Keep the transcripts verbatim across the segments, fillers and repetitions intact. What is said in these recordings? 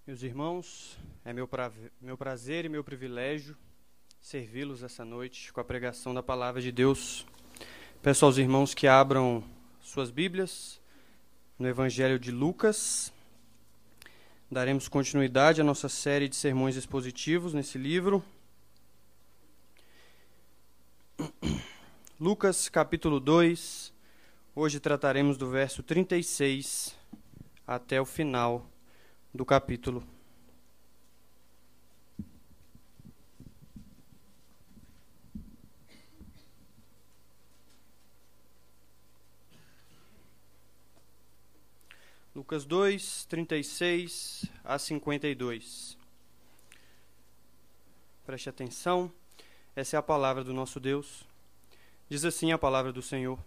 Meus irmãos, é meu, pra, meu prazer e meu privilégio servi-los essa noite com a pregação da Palavra de Deus. Peço aos irmãos que abram suas Bíblias no Evangelho de Lucas. Daremos continuidade à nossa série de sermões expositivos nesse livro. Lucas, capítulo dois. Hoje trataremos do verso trinta e seis até o final do capítulo. Lucas dois, trinta e seis a cinquenta e dois. Preste atenção, essa é a palavra do nosso Deus. Diz assim a palavra do Senhor.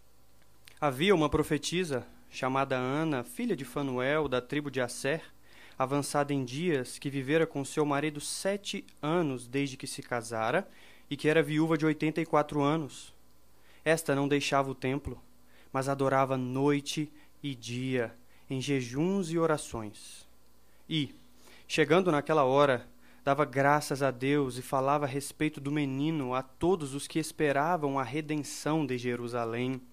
Havia uma profetisa chamada Ana, filha de Fanuel, da tribo de Asser, avançada em dias, que vivera com seu marido sete anos desde que se casara, e que era viúva de oitenta e quatro anos. Esta não deixava o templo, mas adorava noite e dia, em jejuns e orações. E, chegando naquela hora, dava graças a Deus e falava a respeito do menino a todos os que esperavam a redenção de Jerusalém.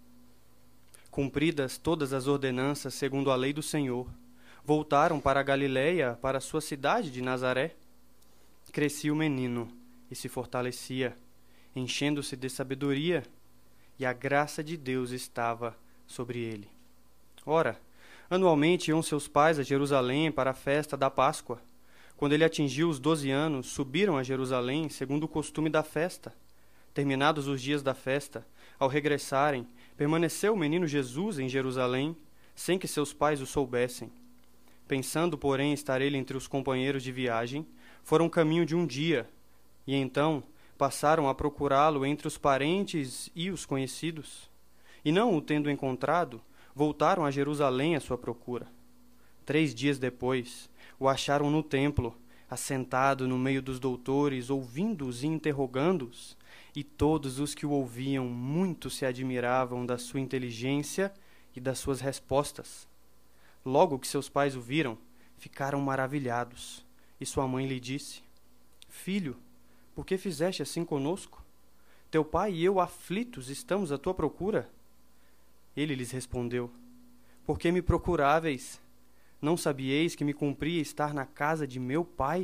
Cumpridas todas as ordenanças segundo a lei do Senhor, voltaram para a Galileia, para a sua cidade de Nazaré. Crescia o menino e se fortalecia, enchendo-se de sabedoria, e a graça de Deus estava sobre ele. Ora, anualmente iam seus pais a Jerusalém para a festa da Páscoa. Quando ele atingiu os doze anos, subiram a Jerusalém, segundo o costume da festa. Terminados os dias da festa, ao regressarem, permaneceu o menino Jesus em Jerusalém, sem que seus pais o soubessem. Pensando, porém, estar ele entre os companheiros de viagem, foram caminho de um dia, e então passaram a procurá-lo entre os parentes e os conhecidos. E não o tendo encontrado, voltaram a Jerusalém à sua procura. Três dias depois, o acharam no templo, assentado no meio dos doutores, ouvindo-os e interrogando-os, e todos os que o ouviam muito se admiravam da sua inteligência e das suas respostas. Logo que seus pais o viram, ficaram maravilhados, e sua mãe lhe disse: Filho, por que fizeste assim conosco? Teu pai e eu aflitos estamos à tua procura. Ele lhes respondeu: Por que me procuráveis? Não sabieis que me cumpria estar na casa de meu pai?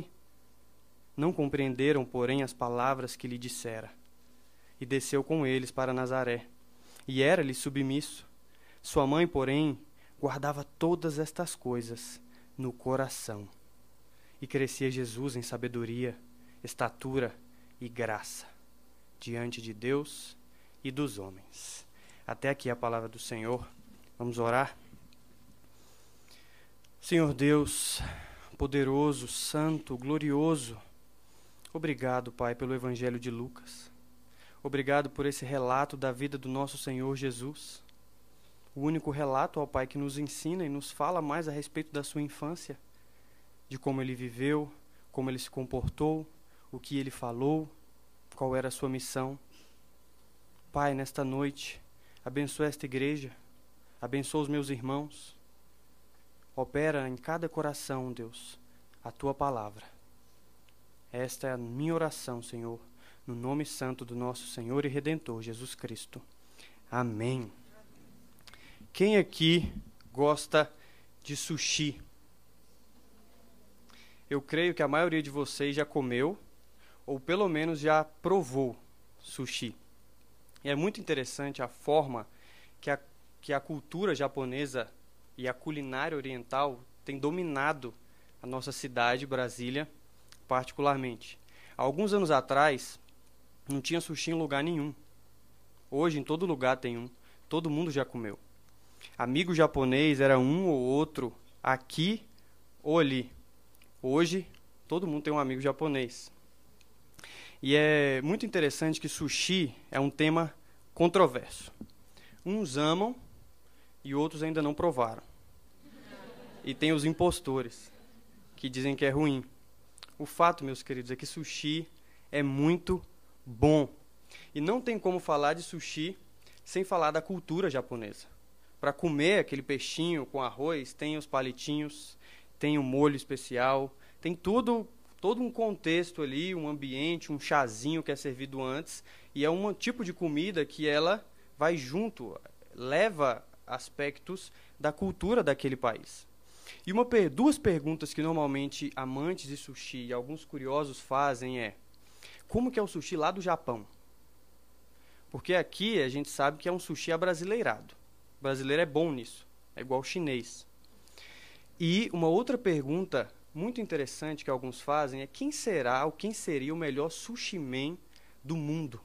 Não compreenderam, porém, as palavras que lhe dissera. E desceu com eles para Nazaré, e era-lhe submisso. Sua mãe, porém, guardava todas estas coisas no coração. E crescia Jesus em sabedoria, estatura e graça, diante de Deus e dos homens. Até aqui a palavra do Senhor. Vamos orar? Senhor Deus, poderoso, santo, glorioso, obrigado, Pai, pelo Evangelho de Lucas. Obrigado por esse relato da vida do nosso Senhor Jesus. O único relato, ó Pai, que nos ensina e nos fala mais a respeito da sua infância, de como ele viveu, como ele se comportou, o que ele falou, qual era a sua missão. Pai, nesta noite, abençoa esta igreja, abençoa os meus irmãos. Opera em cada coração, Deus, a tua palavra. Esta é a minha oração, Senhor, no nome santo do nosso Senhor e Redentor, Jesus Cristo. Amém. Quem aqui gosta de sushi? Eu creio que a maioria de vocês já comeu, ou pelo menos já provou sushi. E é muito interessante a forma que a, que a cultura japonesa e a culinária oriental tem dominado a nossa cidade, Brasília, particularmente. Há alguns anos atrás, não tinha sushi em lugar nenhum. Hoje, em todo lugar tem um. Todo mundo já comeu. Amigo japonês era um ou outro, aqui ou ali. Hoje, todo mundo tem um amigo japonês. E é muito interessante que sushi é um tema controverso. Uns amam e outros ainda não provaram. E tem os impostores, que dizem que é ruim. O fato, meus queridos, é que sushi é muito bom. E não tem como falar de sushi sem falar da cultura japonesa. Para comer aquele peixinho com arroz, tem os palitinhos, tem um molho especial, tem tudo, todo um contexto ali, um ambiente, um chazinho que é servido antes, e é um tipo de comida que ela vai junto, leva aspectos da cultura daquele país. E uma, duas perguntas que normalmente amantes de sushi e alguns curiosos fazem é: como que é o sushi lá do Japão? Porque aqui a gente sabe que é um sushi abrasileirado. O brasileiro é bom nisso, é igual o chinês. E uma outra pergunta muito interessante que alguns fazem é: quem será ou quem seria o melhor sushi man do mundo?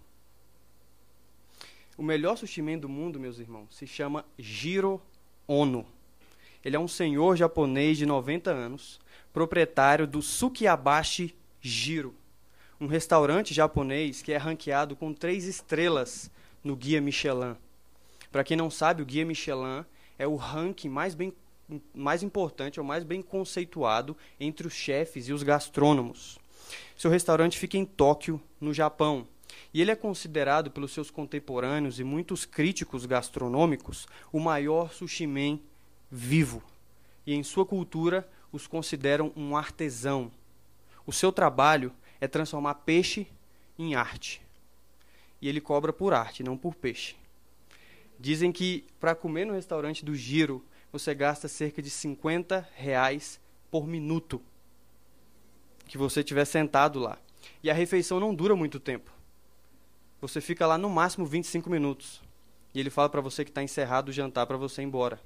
O melhor sushi man do mundo, meus irmãos, se chama Jiro Ono. Ele é um senhor japonês de noventa anos, proprietário do Sukiyabashi Jiro, um restaurante japonês que é ranqueado com três estrelas no Guia Michelin. Para quem não sabe, o Guia Michelin é o ranking mais, bem, mais importante, é o mais bem conceituado entre os chefes e os gastrônomos. Seu restaurante fica em Tóquio, no Japão, e ele é considerado pelos seus contemporâneos e muitos críticos gastronômicos o maior sushi man vivo. E em sua cultura os consideram um artesão. O seu trabalho é transformar peixe em arte. E ele cobra por arte, não por peixe. Dizem que para comer no restaurante do Jiro, você gasta cerca de cinquenta reais por minuto que você estiver sentado lá. E a refeição não dura muito tempo. Você fica lá no máximo vinte e cinco minutos. E ele fala para você que está encerrado o jantar para você ir embora.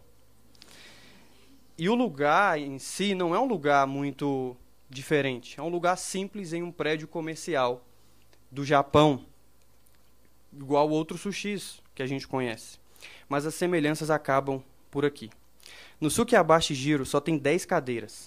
E o lugar em si não é um lugar muito diferente. É um lugar simples em um prédio comercial do Japão, igual outros sushis que a gente conhece. Mas as semelhanças acabam por aqui. No Sukiyabashi Jiro só tem dez cadeiras.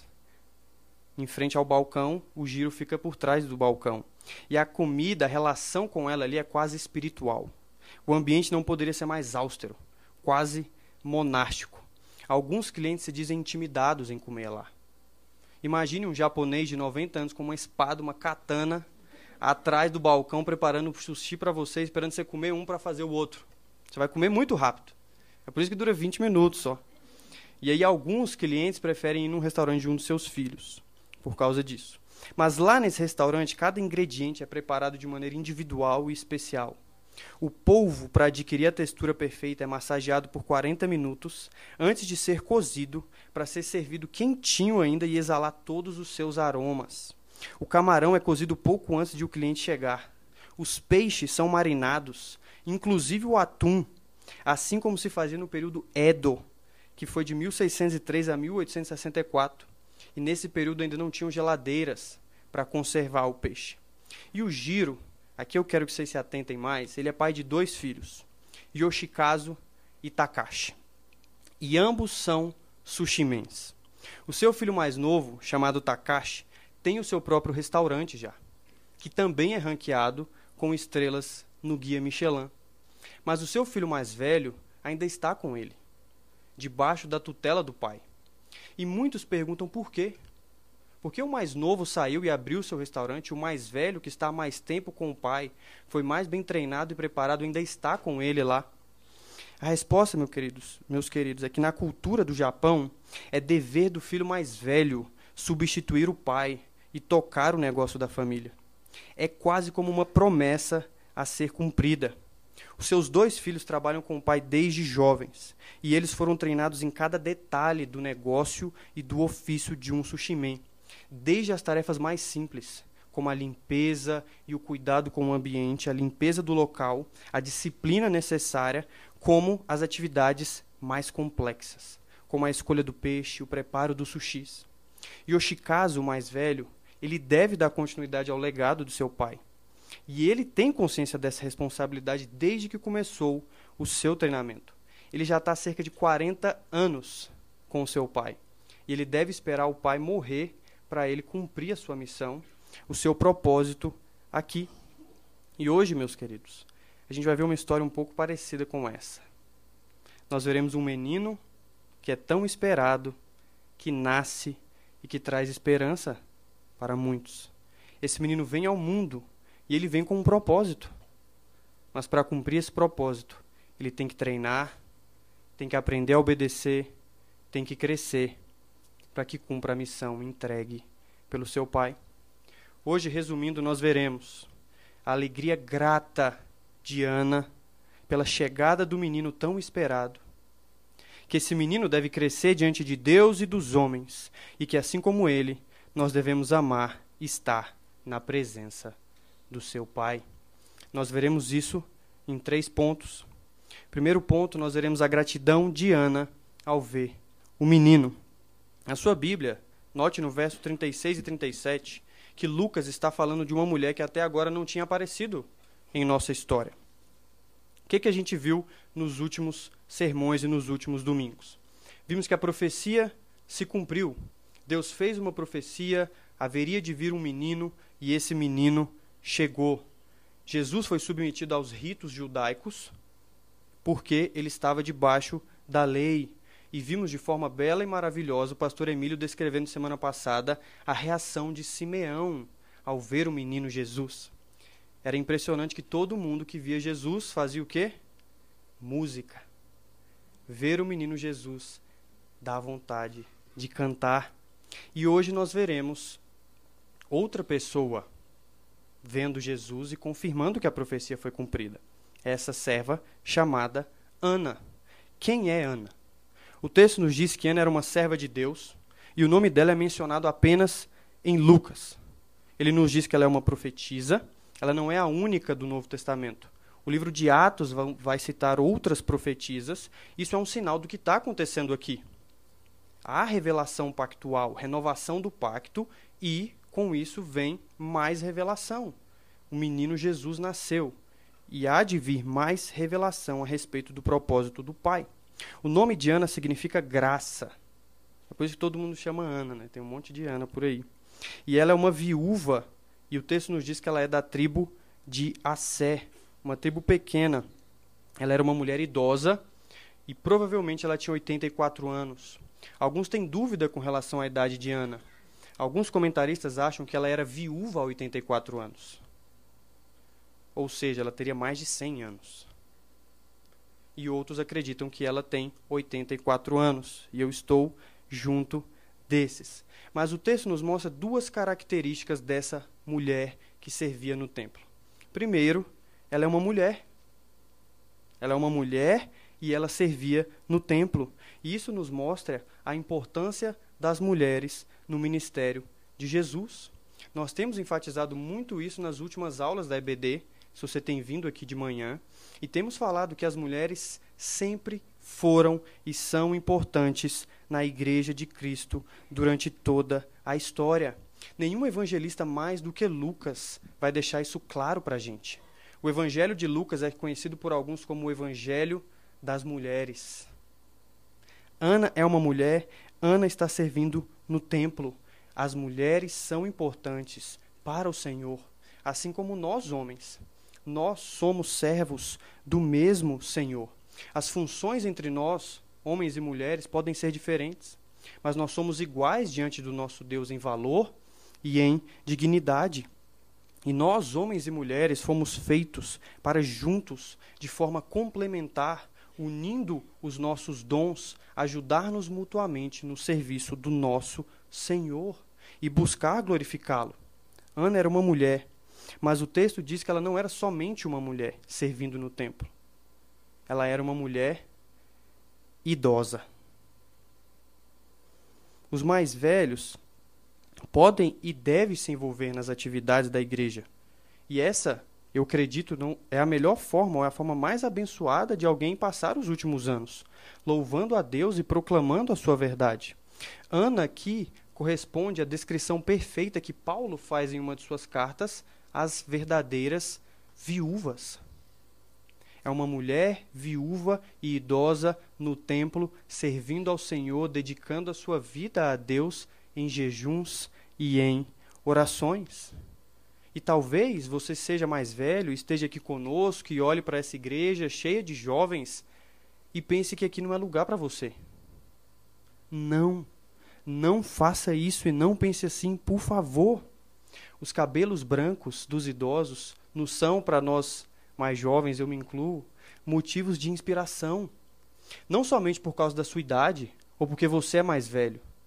Em frente ao balcão, o Jiro fica por trás do balcão. E a comida, a relação com ela ali é quase espiritual. O ambiente não poderia ser mais austero, quase monástico. Alguns clientes se dizem intimidados em comer lá. Imagine um japonês de noventa anos com uma espada, uma katana, atrás do balcão, preparando o sushi para você, esperando você comer um para fazer o outro. Você vai comer muito rápido. É por isso que dura vinte minutos só. E aí alguns clientes preferem ir num restaurante de um dos seus filhos, por causa disso. Mas lá nesse restaurante, cada ingrediente é preparado de maneira individual e especial. O polvo, para adquirir a textura perfeita, é massageado por quarenta minutos antes de ser cozido, para ser servido quentinho ainda e exalar todos os seus aromas. O camarão é cozido pouco antes de o cliente chegar. Os peixes são marinados, inclusive o atum, assim como se fazia no período Edo, que foi de mil seiscentos e três a mil oitocentos e sessenta e quatro. E nesse período ainda não tinham geladeiras para conservar o peixe. E o Jiro, aqui eu quero que vocês se atentem mais, ele é pai de dois filhos, Yoshikazu e Takashi. E ambos são sushimens. O seu filho mais novo, chamado Takashi, tem o seu próprio restaurante já, que também é ranqueado com estrelas no Guia Michelin. Mas o seu filho mais velho ainda está com ele, debaixo da tutela do pai. E muitos perguntam por quê. Por que o mais novo saiu e abriu seu restaurante, o mais velho, que está há mais tempo com o pai, foi mais bem treinado e preparado, ainda está com ele lá? A resposta, meus queridos, meus queridos, é que na cultura do Japão, é dever do filho mais velho substituir o pai e tocar o negócio da família. É quase como uma promessa a ser cumprida. Os seus dois filhos trabalham com o pai desde jovens, e eles foram treinados em cada detalhe do negócio e do ofício de um sushiman, desde as tarefas mais simples, como a limpeza e o cuidado com o ambiente, a limpeza do local, a disciplina necessária, como as atividades mais complexas, como a escolha do peixe, o preparo dos sushis. Yoshikazu, o mais velho, ele deve dar continuidade ao legado do seu pai. E ele tem consciência dessa responsabilidade desde que começou o seu treinamento. Ele já está há cerca de quarenta anos com o seu pai. E ele deve esperar o pai morrer para ele cumprir a sua missão, o seu propósito aqui. E hoje, meus queridos, a gente vai ver uma história um pouco parecida com essa. Nós veremos um menino que é tão esperado, que nasce e que traz esperança para muitos. Esse menino vem ao mundo e ele vem com um propósito. Mas para cumprir esse propósito, ele tem que treinar, tem que aprender a obedecer, tem que crescer, para que cumpra a missão entregue pelo seu pai. Hoje, resumindo, nós veremos a alegria grata de Ana pela chegada do menino tão esperado, que esse menino deve crescer diante de Deus e dos homens, e que, assim como ele, nós devemos amar e estar na presença do seu pai. Nós veremos isso em três pontos. Primeiro ponto, nós veremos a gratidão de Ana ao ver o menino. Na sua Bíblia, note no verso trinta e seis e trinta e sete, que Lucas está falando de uma mulher que até agora não tinha aparecido em nossa história. O que, que a gente viu nos últimos sermões e nos últimos domingos? Vimos que a profecia se cumpriu. Deus fez uma profecia, haveria de vir um menino, e esse menino chegou. Jesus foi submetido aos ritos judaicos, porque ele estava debaixo da lei. E vimos de forma bela e maravilhosa o pastor Emílio descrevendo semana passada a reação de Simeão ao ver o menino Jesus. Era impressionante que todo mundo que via Jesus fazia o quê? Música. Ver o menino Jesus dá vontade de cantar. E hoje nós veremos outra pessoa vendo Jesus e confirmando que a profecia foi cumprida. Essa serva chamada Ana. Quem é Ana? O texto nos diz que Ana era uma serva de Deus e o nome dela é mencionado apenas em Lucas. Ele nos diz que ela é uma profetisa. Ela não é a única do Novo Testamento. O livro de Atos vai citar outras profetisas. Isso é um sinal do que está acontecendo aqui. Há revelação pactual, renovação do pacto, e com isso vem mais revelação. O menino Jesus nasceu, e há de vir mais revelação a respeito do propósito do Pai. O nome de Ana significa graça. É por isso que todo mundo chama Ana, né? Tem um monte de Ana por aí. E ela é uma viúva. E o texto nos diz que ela é da tribo de Assé, uma tribo pequena. Ela era uma mulher idosa e provavelmente ela tinha oitenta e quatro anos. Alguns têm dúvida com relação à idade de Ana. Alguns comentaristas acham que ela era viúva aos oitenta e quatro anos. Ou seja, ela teria mais de cem anos. E outros acreditam que ela tem oitenta e quatro anos. E eu estou junto desses. Mas o texto nos mostra duas características dessa mulher que servia no templo. Primeiro, ela é uma mulher. Ela é uma mulher e ela servia no templo. E isso nos mostra a importância das mulheres no ministério de Jesus. Nós temos enfatizado muito isso nas últimas aulas da E B D, se você tem vindo aqui de manhã, e temos falado que as mulheres sempre foram e são importantes na Igreja de Cristo durante toda a história. Nenhum evangelista mais do que Lucas vai deixar isso claro para a gente. O Evangelho de Lucas é conhecido por alguns como o Evangelho das mulheres. Ana é uma mulher, Ana está servindo no templo. As mulheres são importantes para o Senhor, assim como nós homens. Nós somos servos do mesmo Senhor. As funções entre nós, homens e mulheres, podem ser diferentes, mas nós somos iguais diante do nosso Deus em valor e em dignidade. E nós, homens e mulheres, fomos feitos para juntos, de forma complementar, unindo os nossos dons, ajudar-nos mutuamente no serviço do nosso Senhor e buscar glorificá-lo. Ana era uma mulher, mas o texto diz que ela não era somente uma mulher servindo no templo. Ela era uma mulher idosa. Os mais velhos podem e devem se envolver nas atividades da igreja. E essa, eu acredito, não é a melhor forma, ou é a forma mais abençoada de alguém passar os últimos anos, louvando a Deus e proclamando a sua verdade. Ana aqui corresponde à descrição perfeita que Paulo faz em uma de suas cartas às verdadeiras viúvas. É uma mulher viúva e idosa no templo, servindo ao Senhor, dedicando a sua vida a Deus em jejuns e em orações. E talvez você seja mais velho, esteja aqui conosco e olhe para essa igreja cheia de jovens e pense que aqui não é lugar para você. Não, não faça isso e não pense assim, por favor. Os cabelos brancos dos idosos nos são, para nós mais jovens, eu me incluo, motivos de inspiração. Não somente por causa da sua idade ou porque você é mais velho,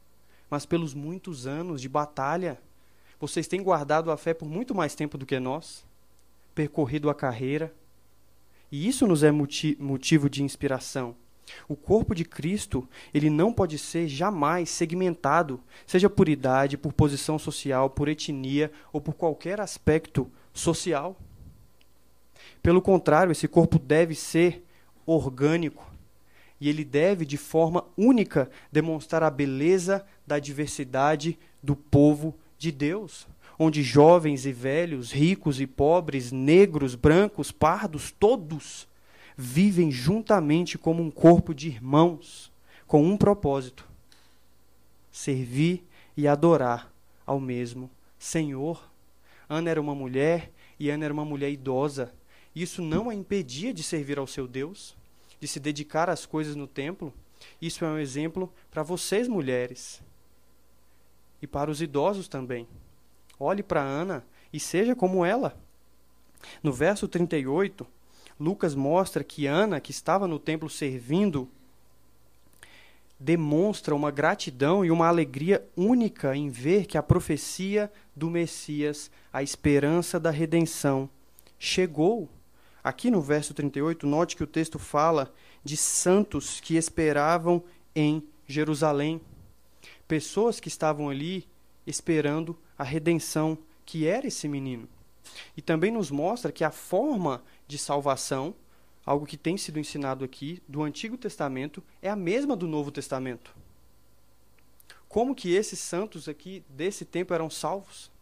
mas pelos muitos anos de batalha. Vocês têm guardado a fé por muito mais tempo do que nós, percorrido a carreira. E isso nos é moti- motivo de inspiração. O corpo de Cristo, ele não pode ser jamais segmentado, seja por idade, por posição social, por etnia ou por qualquer aspecto social. Pelo contrário, esse corpo deve ser orgânico e ele deve, de forma única, demonstrar a beleza da diversidade do povo de Deus, onde jovens e velhos, ricos e pobres, negros, brancos, pardos, todos vivem juntamente como um corpo de irmãos, com um propósito: servir e adorar ao mesmo Senhor. Ana era uma mulher, e Ana era uma mulher idosa. Isso não a impedia de servir ao seu Deus, de se dedicar às coisas no templo. Isso é um exemplo para vocês, mulheres, e para os idosos também. Olhe para Ana e seja como ela. No verso trinta e oito, Lucas mostra que Ana, que estava no templo servindo, demonstra uma gratidão e uma alegria única em ver que a profecia do Messias, a esperança da redenção, chegou. Aqui no verso trinta e oito, note que o texto fala de santos que esperavam em Jerusalém. Pessoas que estavam ali esperando a redenção, que era esse menino. E também nos mostra que a forma de salvação, algo que tem sido ensinado aqui, do Antigo Testamento, é a mesma do Novo Testamento. Como que esses santos aqui desse tempo eram salvos?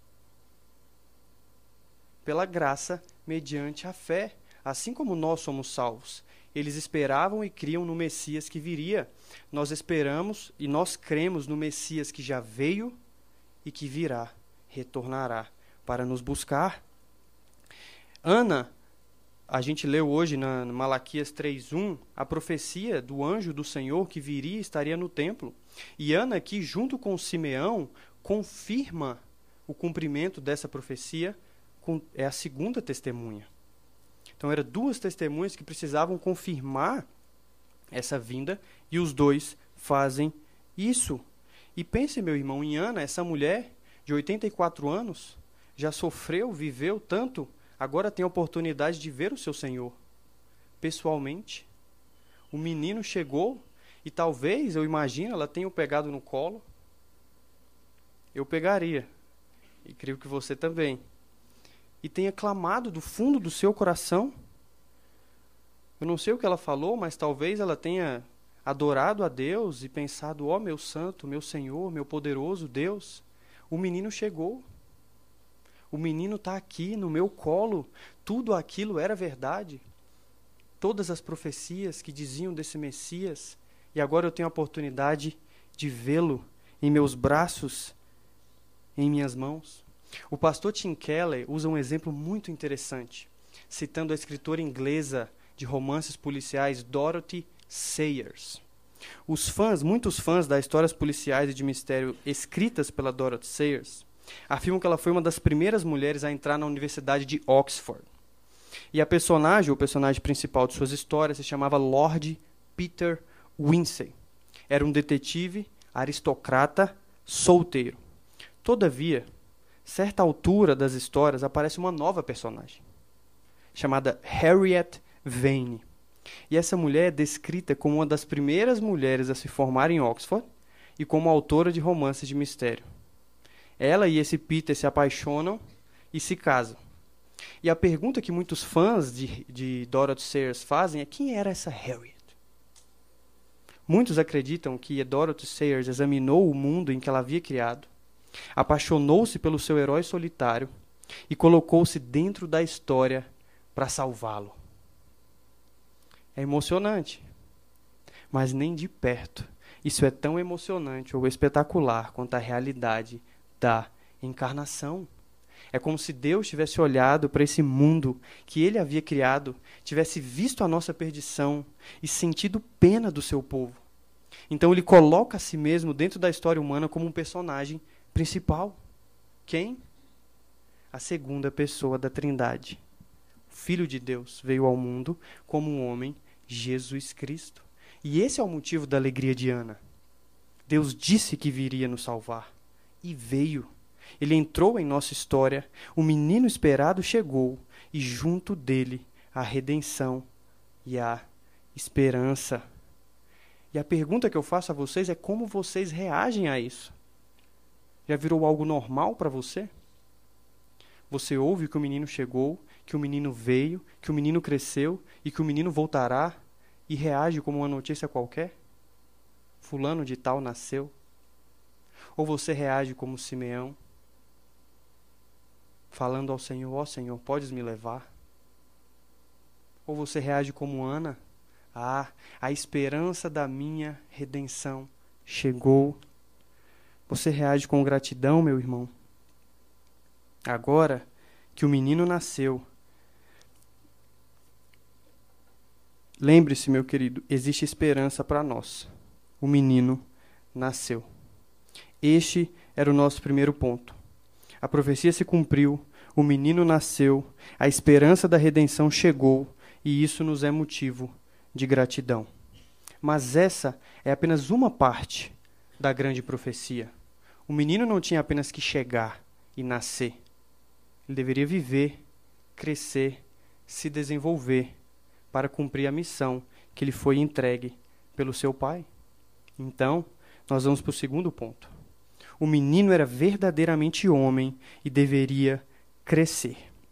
Pela graça, mediante a fé, assim como nós somos salvos. Eles esperavam e criam no Messias que viria. Nós esperamos e nós cremos no Messias que já veio e que virá, retornará para nos buscar. Ana, a gente leu hoje na Malaquias três, um, a profecia do anjo do Senhor que viria e estaria no templo. E Ana aqui, junto com Simeão, confirma o cumprimento dessa profecia, com, é a segunda testemunha. Então, eram duas testemunhas que precisavam confirmar essa vinda, e os dois fazem isso. E pense, meu irmão, em Ana, essa mulher de oitenta e quatro anos, já sofreu, viveu tanto, agora tem a oportunidade de ver o seu Senhor pessoalmente. O menino chegou e talvez, eu imagino, ela tenha o pegado no colo. Eu pegaria, e creio que você também. E tenha clamado do fundo do seu coração. Eu não sei o que ela falou, mas talvez ela tenha adorado a Deus e pensado: ó, meu santo, meu Senhor, meu poderoso Deus, o menino chegou. O menino está aqui no meu colo. Tudo aquilo era verdade. Todas as profecias que diziam desse Messias. E agora eu tenho a oportunidade de vê-lo em meus braços, em minhas mãos. O pastor Tim Keller usa um exemplo muito interessante, citando a escritora inglesa de romances policiais Dorothy Sayers. Os fãs, muitos fãs das histórias policiais e de mistério escritas pela Dorothy Sayers, afirmam que ela foi uma das primeiras mulheres a entrar na Universidade de Oxford. E a personagem, o personagem principal de suas histórias, se chamava Lord Peter Wimsey. Era um detetive, aristocrata, solteiro. Todavia, certa altura das histórias aparece uma nova personagem, chamada Harriet Vane. E essa mulher é descrita como uma das primeiras mulheres a se formar em Oxford e como autora de romances de mistério. Ela e esse Peter se apaixonam e se casam. E a pergunta que muitos fãs de, de Dorothy Sayers fazem é: quem era essa Harriet? Muitos acreditam que Dorothy Sayers examinou o mundo em que ela havia criado, apaixonou-se pelo seu herói solitário e colocou-se dentro da história para salvá-lo. É emocionante, mas nem de perto isso é tão emocionante ou espetacular quanto a realidade da encarnação. É como se Deus tivesse olhado para esse mundo que Ele havia criado, tivesse visto a nossa perdição e sentido pena do seu povo. Então Ele coloca a si mesmo dentro da história humana como um personagem principal. Quem? A segunda pessoa da Trindade. O Filho de Deus veio ao mundo como um homem, Jesus Cristo. E esse é o motivo da alegria de Ana. Deus disse que viria nos salvar. E veio. Ele entrou em nossa história. O menino esperado chegou. E junto dele a redenção e a esperança. E a pergunta que eu faço a vocês é como vocês reagem a isso? Já virou algo normal para você? Você ouve que o menino chegou, que o menino veio, que o menino cresceu e que o menino voltará e reage como uma notícia qualquer? Fulano de tal nasceu? Ou você reage como Simeão, falando ao Senhor, ó Senhor, podes me levar? Ou você reage como Ana, ah, a esperança da minha redenção chegou. Você reage com gratidão, meu irmão? Agora que o menino nasceu, lembre-se, meu querido, existe esperança para nós. O menino nasceu. Este era o nosso primeiro ponto. A profecia se cumpriu, o menino nasceu, a esperança da redenção chegou, e isso nos é motivo de gratidão. Mas essa é apenas uma parte da grande profecia. O menino não tinha apenas que chegar e nascer. Ele deveria viver, crescer, se desenvolver para cumprir a missão que lhe foi entregue pelo seu pai. Então, nós vamos para o segundo ponto. O menino era verdadeiramente homem e deveria crescer.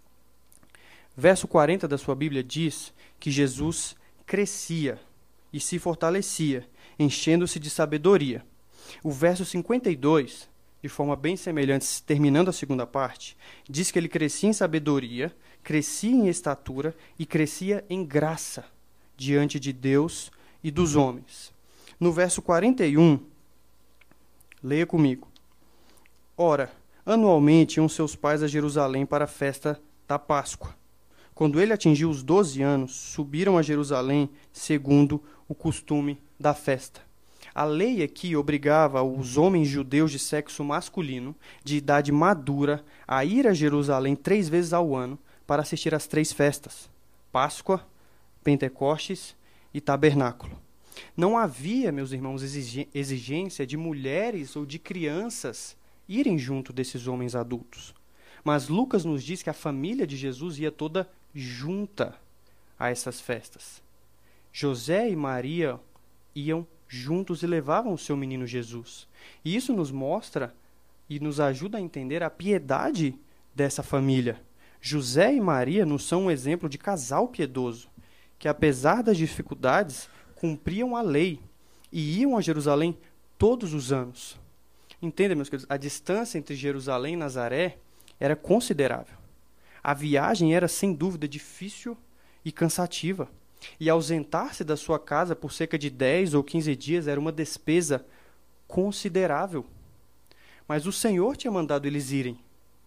Verso quarenta da sua Bíblia diz que Jesus crescia e se fortalecia, enchendo-se de sabedoria. O verso cinquenta e dois, de forma bem semelhante, terminando a segunda parte, diz que ele crescia em sabedoria, crescia em estatura e crescia em graça diante de Deus e dos homens. No verso quarenta e um, leia comigo. Ora, anualmente iam seus pais a Jerusalém para a festa da Páscoa. Quando ele atingiu os doze anos, subiram a Jerusalém segundo o costume da festa. A lei aqui obrigava os homens judeus de sexo masculino, de idade madura, a ir a Jerusalém três vezes ao ano para assistir às três festas: Páscoa, Pentecostes e Tabernáculo. Não havia, meus irmãos, exigência de mulheres ou de crianças irem junto desses homens adultos. Mas Lucas nos diz que a família de Jesus ia toda junta a essas festas. José e Maria iam juntos e levavam o seu menino Jesus. E isso nos mostra e nos ajuda a entender a piedade dessa família. José e Maria nos são um exemplo de casal piedoso, que apesar das dificuldades, cumpriam a lei e iam a Jerusalém todos os anos. Entenda, meus queridos, a distância entre Jerusalém e Nazaré era considerável. A viagem era, sem dúvida, difícil e cansativa. E ausentar-se da sua casa por cerca de dez ou quinze dias era uma despesa considerável. Mas o Senhor tinha mandado eles irem.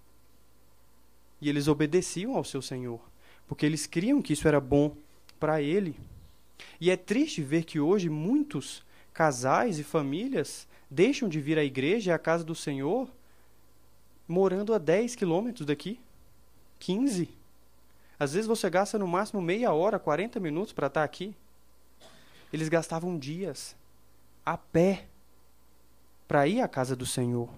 E eles obedeciam ao seu Senhor, porque eles criam que isso era bom para ele. E é triste ver que hoje muitos casais e famílias deixam de vir à igreja e à casa do Senhor morando a dez quilômetros daqui, quinze. Às vezes você gasta no máximo meia hora, quarenta minutos para estar aqui. Eles gastavam dias a pé para ir à casa do Senhor.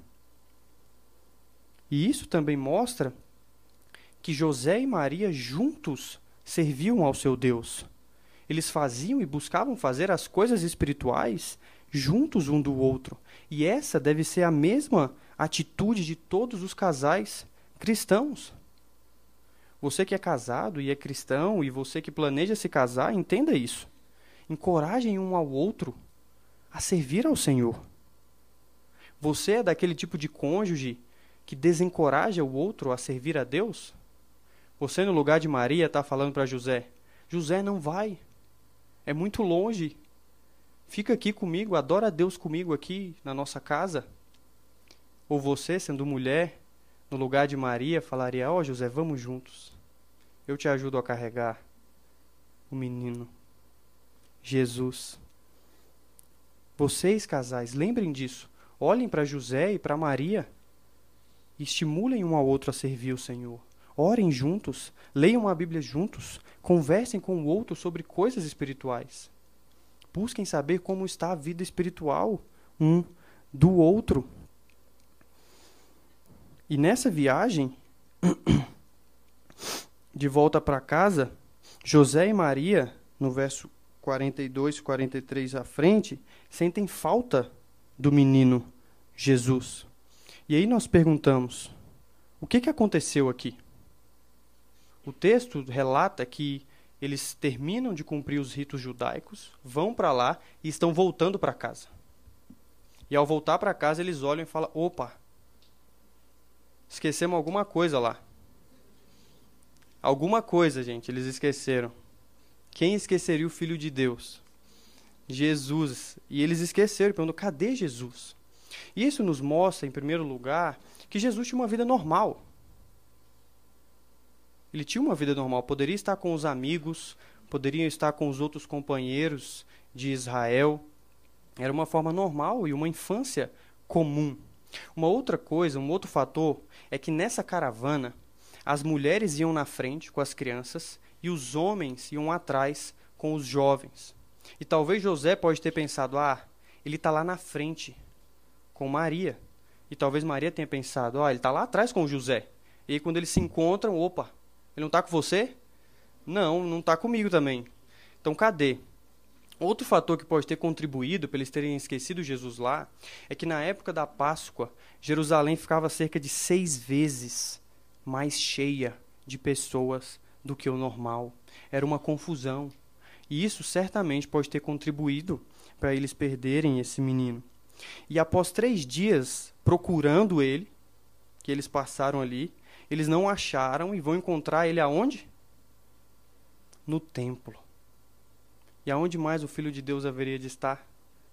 E isso também mostra que José e Maria juntos serviam ao seu Deus. Eles faziam e buscavam fazer as coisas espirituais juntos um do outro. E essa deve ser a mesma atitude de todos os casais cristãos. Você que é casado e é cristão, e você que planeja se casar, entenda isso. Encorajem um ao outro a servir ao Senhor. Você é daquele tipo de cônjuge que desencoraja o outro a servir a Deus? Você, no lugar de Maria, está falando para José: José, não vai. É muito longe. Fica aqui comigo, adora a Deus comigo aqui na nossa casa. Ou você, sendo mulher, no lugar de Maria, falaria: ó, oh, José, vamos juntos. Eu te ajudo a carregar o menino Jesus. Vocês, casais, lembrem disso. Olhem para José e para Maria e estimulem um ao outro a servir o Senhor. Orem juntos, leiam a Bíblia juntos, conversem com o outro sobre coisas espirituais. Busquem saber como está a vida espiritual um do outro. E nessa viagem, de volta para casa, José e Maria, no verso quarenta e dois, quarenta e três à frente, sentem falta do menino Jesus. E aí nós perguntamos, o que, que aconteceu aqui? O texto relata que eles terminam de cumprir os ritos judaicos, vão para lá e estão voltando para casa. E ao voltar para casa, eles olham e falam, opa, esquecemos alguma coisa lá. Alguma coisa, gente, eles esqueceram. Quem esqueceria o Filho de Deus? Jesus. E eles esqueceram, perguntam, cadê Jesus? E isso nos mostra, em primeiro lugar, que Jesus tinha uma vida normal. Ele tinha uma vida normal, poderia estar com os amigos, poderia estar com os outros companheiros de Israel. Era uma forma normal e uma infância comum. Uma outra coisa, um outro fator, é que nessa caravana, as mulheres iam na frente com as crianças e os homens iam atrás com os jovens. E talvez José pode ter pensado, ah, ele está lá na frente com Maria. E talvez Maria tenha pensado, ah, ele está lá atrás com o José. E aí quando eles se encontram, opa, ele não está com você? Não, não está comigo também. Então cadê? Outro fator que pode ter contribuído para eles terem esquecido Jesus lá é que na época da Páscoa, Jerusalém ficava cerca de seis vezes mais cheia de pessoas do que o normal. Era uma confusão. E isso certamente pode ter contribuído para eles perderem esse menino. E após três dias procurando ele, que eles passaram ali, eles não acharam e vão encontrar ele aonde? No templo. E aonde mais o Filho de Deus haveria de estar?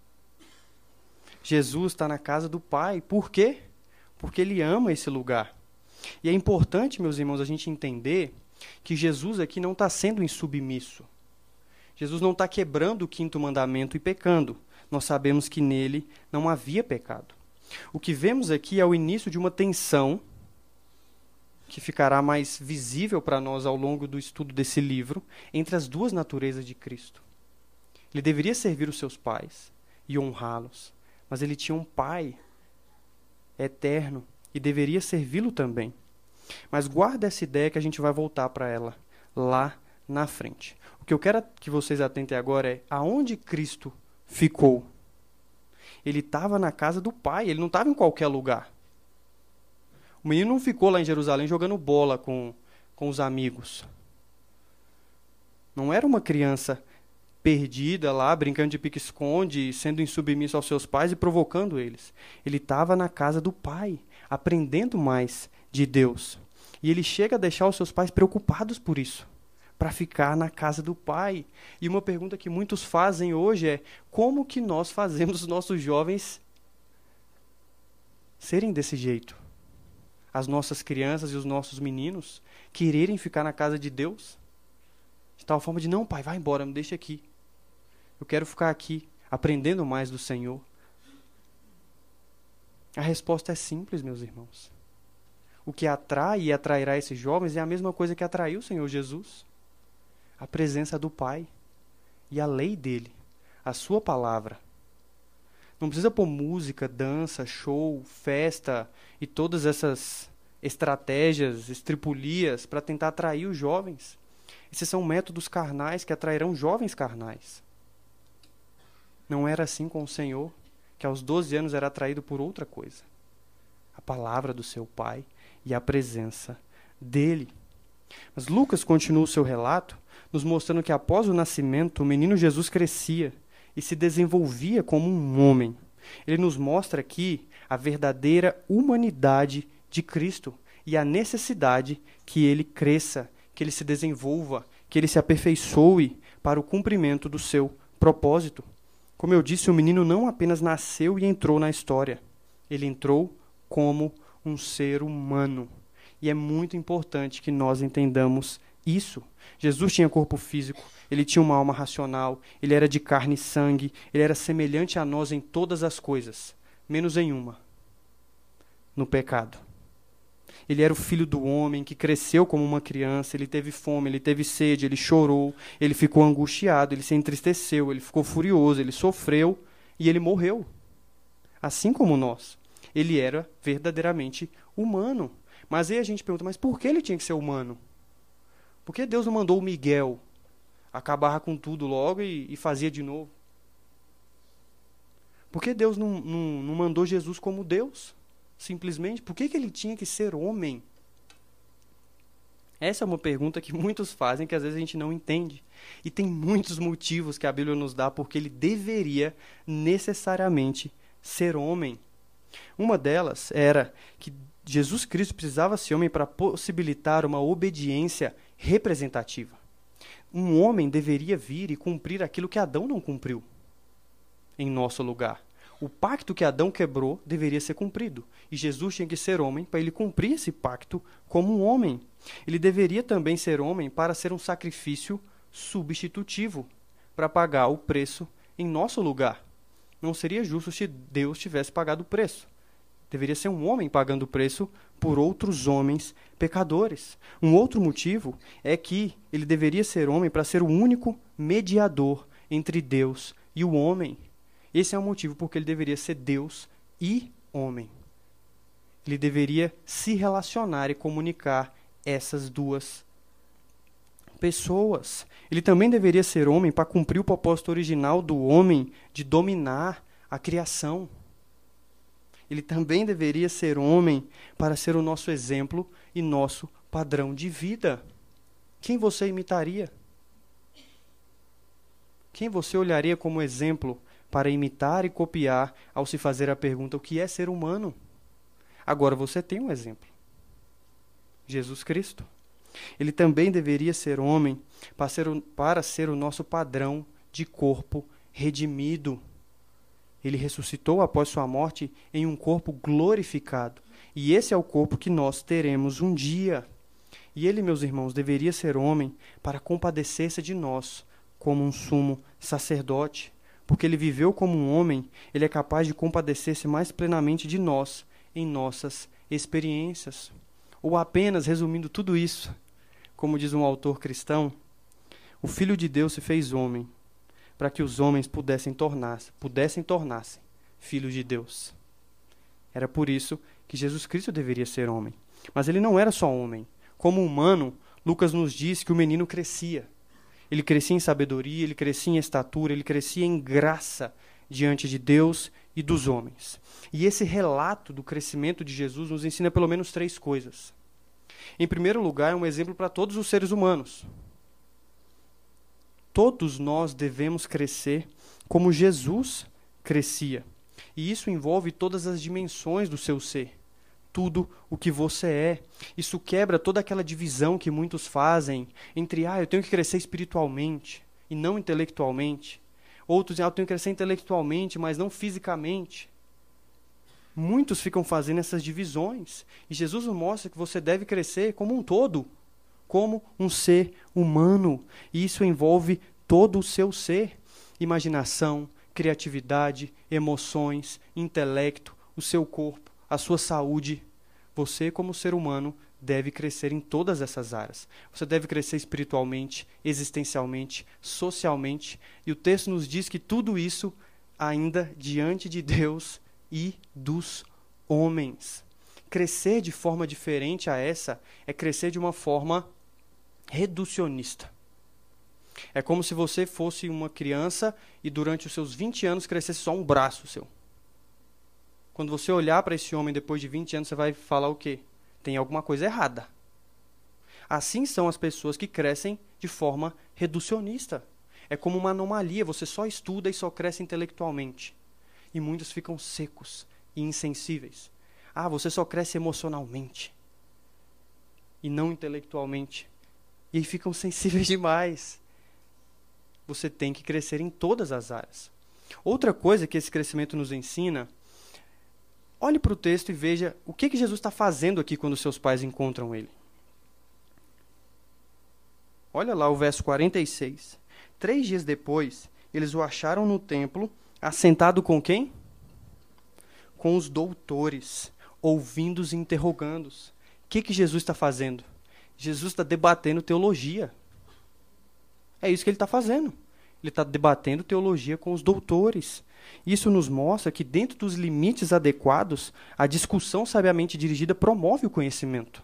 Jesus está na casa do Pai. Por quê? Porque ele ama esse lugar. E é importante, meus irmãos, a gente entender que Jesus aqui não está sendo insubmisso. Jesus não está quebrando o quinto mandamento e pecando. Nós sabemos que nele não havia pecado. O que vemos aqui é o início de uma tensão que ficará mais visível para nós ao longo do estudo desse livro, entre as duas naturezas de Cristo. Ele deveria servir os seus pais e honrá-los, mas ele tinha um pai eterno e deveria servi-lo também. Mas guarda essa ideia que a gente vai voltar para ela lá na frente. O que eu quero que vocês atentem agora é aonde Cristo ficou. Ele estava na casa do Pai, ele não estava em qualquer lugar. O menino não ficou lá em Jerusalém jogando bola com, com os amigos. Não era uma criança perdida lá, brincando de pique-esconde, sendo insubmisso aos seus pais e provocando eles. Ele estava na casa do Pai, aprendendo mais de Deus. E ele chega a deixar os seus pais preocupados por isso, para ficar na casa do Pai. E uma pergunta que muitos fazem hoje é, como que nós fazemos os nossos jovens serem desse jeito? As nossas crianças e os nossos meninos quererem ficar na casa de Deus? De tal forma de, não, pai, vai embora, me deixa aqui. Eu quero ficar aqui, aprendendo mais do Senhor. A resposta é simples, meus irmãos. O que atrai e atrairá esses jovens é a mesma coisa que atraiu o Senhor Jesus. A presença do Pai e a lei dele, a sua palavra. Não precisa pôr música, dança, show, festa e todas essas estratégias, estripulias para tentar atrair os jovens. Esses são métodos carnais que atrairão jovens carnais. Não era assim com o Senhor, que aos doze anos era atraído por outra coisa. A palavra do seu Pai e a presença dele. Mas Lucas continua o seu relato, nos mostrando que após o nascimento, o menino Jesus crescia e se desenvolvia como um homem. Ele nos mostra aqui a verdadeira humanidade de Cristo e a necessidade que ele cresça, que ele se desenvolva, que ele se aperfeiçoe para o cumprimento do seu propósito. Como eu disse, o menino não apenas nasceu e entrou na história, ele entrou como um ser humano. E é muito importante que nós entendamos isso. Jesus tinha corpo físico, ele tinha uma alma racional, ele era de carne e sangue, ele era semelhante a nós em todas as coisas, menos em uma, no pecado. Ele era o filho do homem que cresceu como uma criança, ele teve fome, ele teve sede, ele chorou, ele ficou angustiado, ele se entristeceu, ele ficou furioso, ele sofreu e ele morreu. assim como nós. Ele era verdadeiramente humano. Mas aí a gente pergunta, mas por que ele tinha que ser humano? Por que Deus não mandou o Miguel acabar com tudo logo e, e fazia de novo? Por que Deus não, não, não mandou Jesus como Deus? Simplesmente, por que, que ele tinha que ser homem? Essa é uma pergunta que muitos fazem, que às vezes a gente não entende. E tem muitos motivos que a Bíblia nos dá porque ele deveria necessariamente ser homem. Uma delas era que Jesus Cristo precisava ser homem para possibilitar uma obediência representativa. Um homem deveria vir e cumprir aquilo que Adão não cumpriu em nosso lugar. O pacto que Adão quebrou deveria ser cumprido. E Jesus tinha que ser homem para ele cumprir esse pacto como um homem. Ele deveria também ser homem para ser um sacrifício substitutivo, para pagar o preço em nosso lugar. Não seria justo se Deus tivesse pagado o preço. Deveria ser um homem pagando o preço por outros homens pecadores. Um outro motivo é que ele deveria ser homem para ser o único mediador entre Deus e o homem. Esse é o motivo porque ele deveria ser Deus e homem. Ele deveria se relacionar e comunicar essas duas pessoas. Ele também deveria ser homem para cumprir o propósito original do homem de dominar a criação. Ele também deveria ser homem para ser o nosso exemplo e nosso padrão de vida. Quem você imitaria? Quem você olharia como exemplo para imitar e copiar ao se fazer a pergunta, o que é ser humano? Agora você tem um exemplo. Jesus Cristo. Ele também deveria ser homem para ser o, para ser o nosso padrão de corpo redimido. Ele ressuscitou após sua morte em um corpo glorificado. E esse é o corpo que nós teremos um dia. E ele, meus irmãos, deveria ser homem para compadecer-se de nós como um sumo sacerdote. Porque ele viveu como um homem, ele é capaz de compadecer-se mais plenamente de nós em nossas experiências. Ou apenas, resumindo tudo isso, como diz um autor cristão, o Filho de Deus se fez homem para que os homens pudessem tornar-se, pudessem tornar-se filhos de Deus. Era por isso que Jesus Cristo deveria ser homem. Mas ele não era só homem. Como humano, Lucas nos diz que o menino crescia. Ele crescia em sabedoria, ele crescia em estatura, ele crescia em graça diante de Deus e dos homens. E esse relato do crescimento de Jesus nos ensina pelo menos três coisas. Em primeiro lugar, é um exemplo para todos os seres humanos. Todos nós devemos crescer como Jesus crescia. E isso envolve todas as dimensões do seu ser. Tudo o que você é. Isso quebra toda aquela divisão que muitos fazem entre, ah, eu tenho que crescer espiritualmente e não intelectualmente. Outros dizem, ah, eu tenho que crescer intelectualmente, mas não fisicamente. Muitos ficam fazendo essas divisões. E Jesus nos mostra que você deve crescer como um todo, como um ser humano. E isso envolve todo o seu ser. Imaginação, criatividade, emoções, intelecto, o seu corpo, a sua saúde. Você, como ser humano, deve crescer em todas essas áreas. Você deve crescer espiritualmente, existencialmente, socialmente. E o texto nos diz que tudo isso ainda diante de Deus e dos homens. Crescer de forma diferente a essa é crescer de uma forma reducionista. É como se você fosse uma criança e durante os seus vinte anos crescesse só um braço seu. Quando você olhar para esse homem depois de vinte anos, você vai falar o quê? Tem alguma coisa errada. Assim são as pessoas que crescem de forma reducionista. É como uma anomalia, você só estuda e só cresce intelectualmente. E muitos ficam secos e insensíveis. Ah, você só cresce emocionalmente e não intelectualmente. E aí ficam sensíveis demais. Você tem que crescer em todas as áreas. Outra coisa que esse crescimento nos ensina, olhe para o texto e veja o que, que Jesus está fazendo aqui quando seus pais encontram ele. Olha lá o verso quarenta e seis. Três dias depois, eles o acharam no templo, assentado com quem? Com os doutores, ouvindo-os e interrogando-os. O que, que Jesus está fazendo? Jesus está debatendo teologia. É isso que ele está fazendo. Ele está debatendo teologia com os doutores. Isso nos mostra que, dentro dos limites adequados, a discussão sabiamente dirigida promove o conhecimento.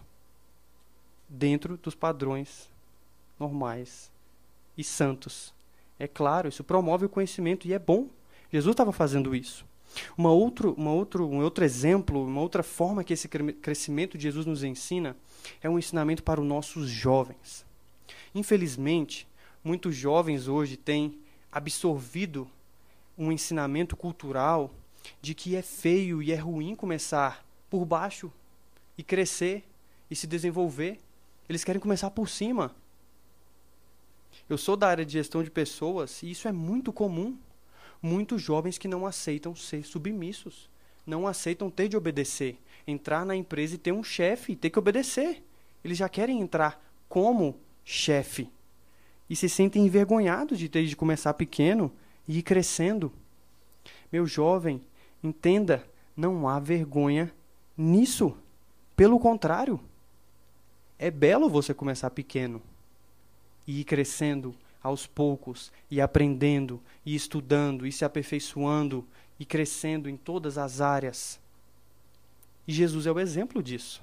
Dentro dos padrões normais e santos. É claro, isso promove o conhecimento e é bom. Jesus estava fazendo isso. Uma outro, uma outro, um outro exemplo, uma outra forma que esse crescimento de Jesus nos ensina é um ensinamento para os nossos jovens. Infelizmente, muitos jovens hoje têm absorvido um ensinamento cultural de que é feio e é ruim começar por baixo e crescer e se desenvolver. Eles querem começar por cima. Eu sou da área de gestão de pessoas e isso é muito comum. Muitos jovens que não aceitam ser submissos, não aceitam ter de obedecer, entrar na empresa e ter um chefe e ter que obedecer. Eles já querem entrar como chefe e se sentem envergonhados de ter de começar pequeno e ir crescendo. Meu jovem, entenda, não há vergonha nisso. Pelo contrário, é belo você começar pequeno e ir crescendo aos poucos, e aprendendo, e estudando, e se aperfeiçoando, e crescendo em todas as áreas. E Jesus é o exemplo disso.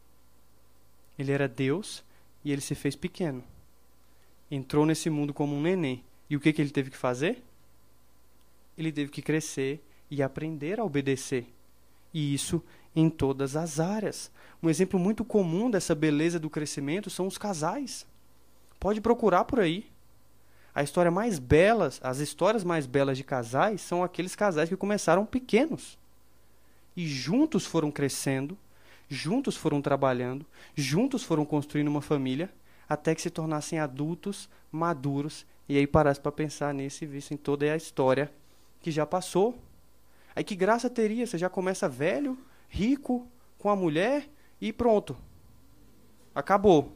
Ele era Deus e ele se fez pequeno. Entrou nesse mundo como um neném. E o que, que ele teve que fazer? Ele teve que crescer e aprender a obedecer. E isso em todas as áreas. Um exemplo muito comum dessa beleza do crescimento são os casais. Pode procurar por aí. A história mais bela, as histórias mais belas de casais são aqueles casais que começaram pequenos. E juntos foram crescendo, juntos foram trabalhando, juntos foram construindo uma família, até que se tornassem adultos, maduros, e aí parasse para pensar nisso e vissem toda a história que já passou. Aí que graça teria? Você já começa velho, rico, com a mulher e pronto. Acabou.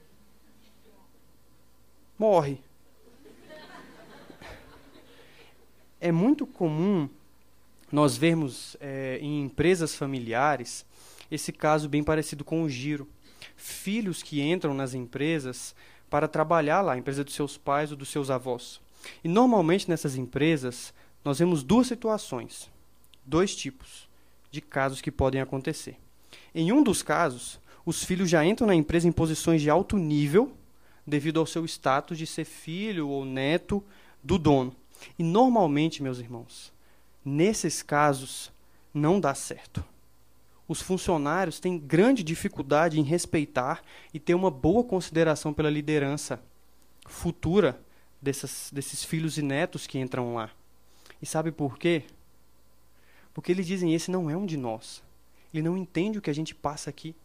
Morre. É muito comum nós vermos é, em empresas familiares esse caso bem parecido com o giro. Filhos que entram nas empresas para trabalhar lá, a empresa dos seus pais ou dos seus avós. E normalmente nessas empresas nós vemos duas situações, dois tipos de casos que podem acontecer. Em um dos casos, os filhos já entram na empresa em posições de alto nível devido ao seu status de ser filho ou neto do dono. E normalmente, meus irmãos, nesses casos não dá certo. Os funcionários têm grande dificuldade em respeitar e ter uma boa consideração pela liderança futura dessas, desses filhos e netos que entram lá. E sabe por quê? Porque eles dizem, esse não é um de nós. Ele não entende o que a gente passa aqui.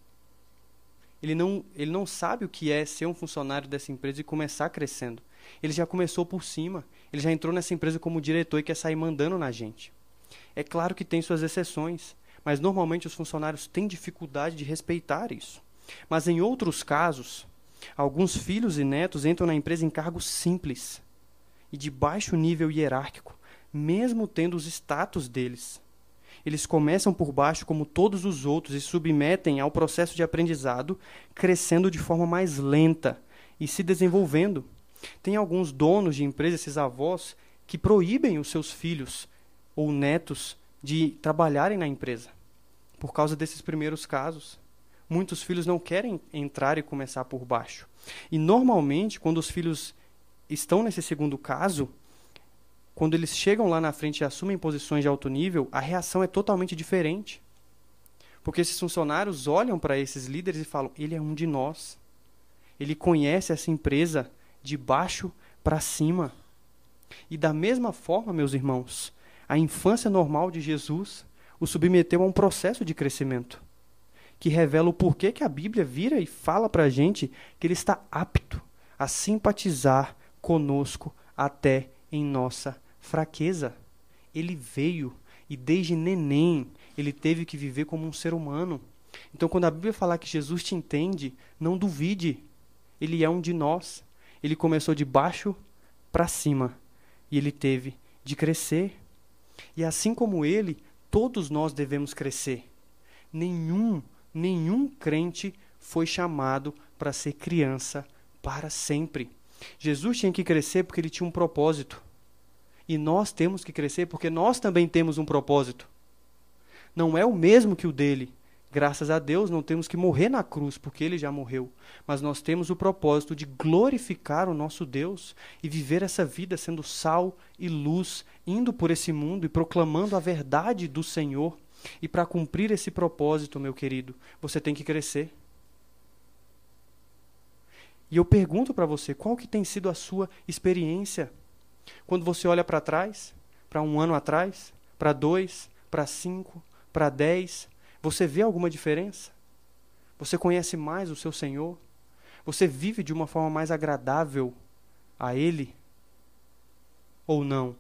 Ele não, ele não sabe o que é ser um funcionário dessa empresa e começar crescendo. Ele já começou por cima. Ele já entrou nessa empresa como diretor e quer sair mandando na gente. É claro que tem suas exceções, mas normalmente os funcionários têm dificuldade de respeitar isso. Mas em outros casos, alguns filhos e netos entram na empresa em cargos simples e de baixo nível hierárquico, mesmo tendo os status deles. Eles começam por baixo como todos os outros e submetem ao processo de aprendizado, crescendo de forma mais lenta e se desenvolvendo. Tem alguns donos de empresas, esses avós, que proíbem os seus filhos ou netos de trabalharem na empresa. Por causa desses primeiros casos. Muitos filhos não querem entrar e começar por baixo. E normalmente, quando os filhos estão nesse segundo caso, quando eles chegam lá na frente e assumem posições de alto nível, a reação é totalmente diferente. Porque esses funcionários olham para esses líderes e falam, ele é um de nós. Ele conhece essa empresa de baixo para cima. E da mesma forma, meus irmãos, a infância normal de Jesus o submeteu a um processo de crescimento, que revela o porquê que a Bíblia vira e fala para a gente que ele está apto a simpatizar conosco até em nossa fraqueza. Ele veio e desde neném ele teve que viver como um ser humano. Então quando a Bíblia falar que Jesus te entende, não duvide. Ele é um de nós. Ele começou de baixo para cima e ele teve de crescer. E assim como ele, todos nós devemos crescer. Nenhum, nenhum crente foi chamado para ser criança para sempre. Jesus tinha que crescer porque ele tinha um propósito. E nós temos que crescer porque nós também temos um propósito. Não é o mesmo que o dele. Graças a Deus não temos que morrer na cruz porque ele já morreu. Mas nós temos o propósito de glorificar o nosso Deus e viver essa vida sendo sal e luz, indo por esse mundo e proclamando a verdade do Senhor. E para cumprir esse propósito, meu querido, você tem que crescer. E eu pergunto para você, qual que tem sido a sua experiência? Quando você olha para trás, para um ano atrás, para dois, para cinco, para dez, você vê alguma diferença? Você conhece mais o seu Senhor? Você vive de uma forma mais agradável a Ele? Ou não?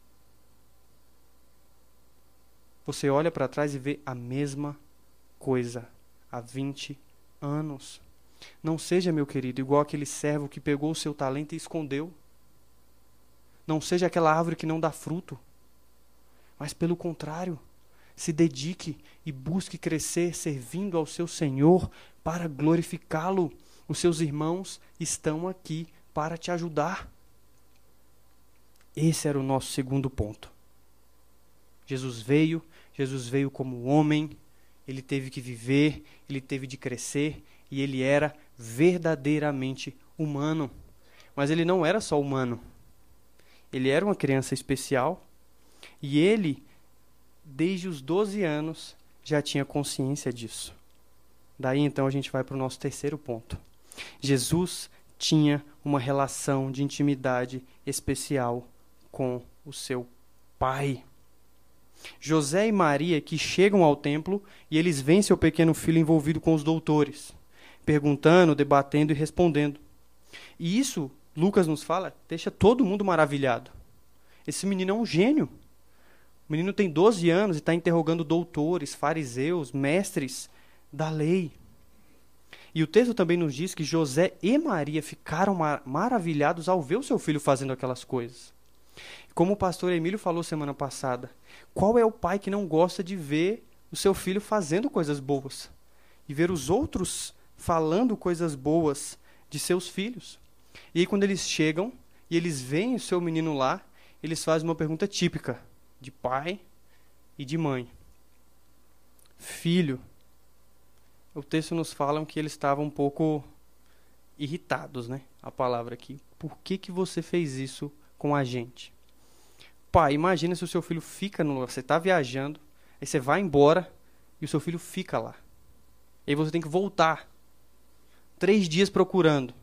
Você olha para trás e vê a mesma coisa há vinte anos. Não seja, meu querido, igual aquele servo que pegou o seu talento e escondeu. Não seja aquela árvore que não dá fruto. Mas, pelo contrário, se dedique e busque crescer servindo ao seu Senhor para glorificá-lo. Os seus irmãos estão aqui para te ajudar. Esse era o nosso segundo ponto. Jesus veio, Jesus veio como homem, ele teve que viver, ele teve de crescer e ele era verdadeiramente humano. Mas ele não era só humano. Ele era uma criança especial e ele, desde os doze anos, já tinha consciência disso. Daí então a gente vai para o nosso terceiro ponto. Jesus tinha uma relação de intimidade especial com o seu Pai. José e Maria que chegam ao templo e eles veem seu pequeno filho envolvido com os doutores, perguntando, debatendo e respondendo. E isso, Lucas nos fala, deixa todo mundo maravilhado. Esse menino é um gênio. O menino tem doze anos e está interrogando doutores, fariseus, mestres da lei. E o texto também nos diz que José e Maria ficaram mar- maravilhados ao ver o seu filho fazendo aquelas coisas. Como o pastor Emílio falou semana passada, qual é o pai que não gosta de ver o seu filho fazendo coisas boas? E ver os outros falando coisas boas de seus filhos? E aí quando eles chegam e eles veem o seu menino lá, eles fazem uma pergunta típica de pai e de mãe. Filho. O texto nos fala que eles estavam um pouco irritados, né? A palavra aqui. Por que que você fez isso com a gente? Pai, imagina se o seu filho fica no lugar. Você está viajando, aí você vai embora e o seu filho fica lá. E aí você tem que voltar. Três dias procurando.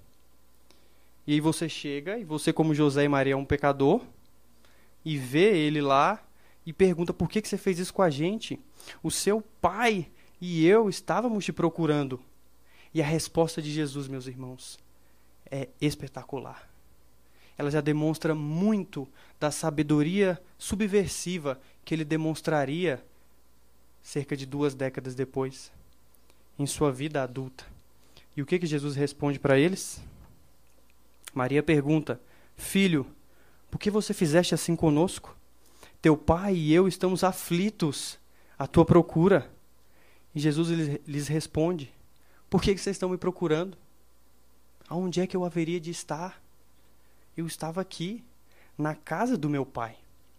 E aí você chega, e você como José e Maria é um pecador, e vê ele lá e pergunta por que que você fez isso com a gente? O seu pai e eu estávamos te procurando. E a resposta de Jesus, meus irmãos, é espetacular. Ela já demonstra muito da sabedoria subversiva que ele demonstraria cerca de duas décadas depois, em sua vida adulta. E o que que Jesus responde para eles? Maria pergunta, filho, por que você fizeste assim conosco? Teu pai e eu estamos aflitos à tua procura. E Jesus lhes responde, por que que vocês estão me procurando? Aonde é que eu haveria de estar? Eu estava aqui, na casa do meu pai.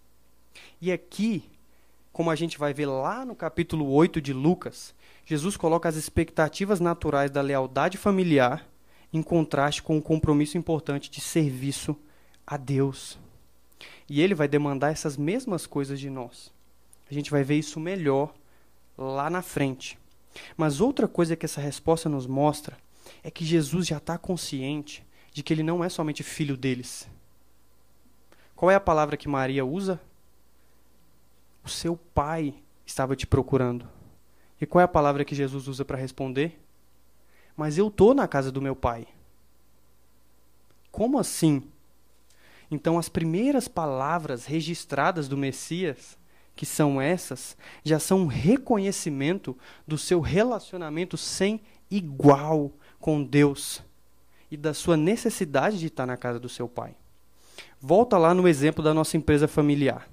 E aqui, como a gente vai ver lá no capítulo oito de Lucas, Jesus coloca as expectativas naturais da lealdade familiar em contraste com o compromisso importante de serviço a Deus. E ele vai demandar essas mesmas coisas de nós. A gente vai ver isso melhor lá na frente. Mas outra coisa que essa resposta nos mostra é que Jesus já está consciente de que ele não é somente filho deles. Qual é a palavra que Maria usa? O seu pai estava te procurando. E qual é a palavra que Jesus usa para responder? Mas eu estou na casa do meu pai. Como assim? Então as primeiras palavras registradas do Messias, que são essas, já são um reconhecimento do seu relacionamento sem igual com Deus e da sua necessidade de estar na casa do seu pai. Volta lá no exemplo da nossa empresa familiar.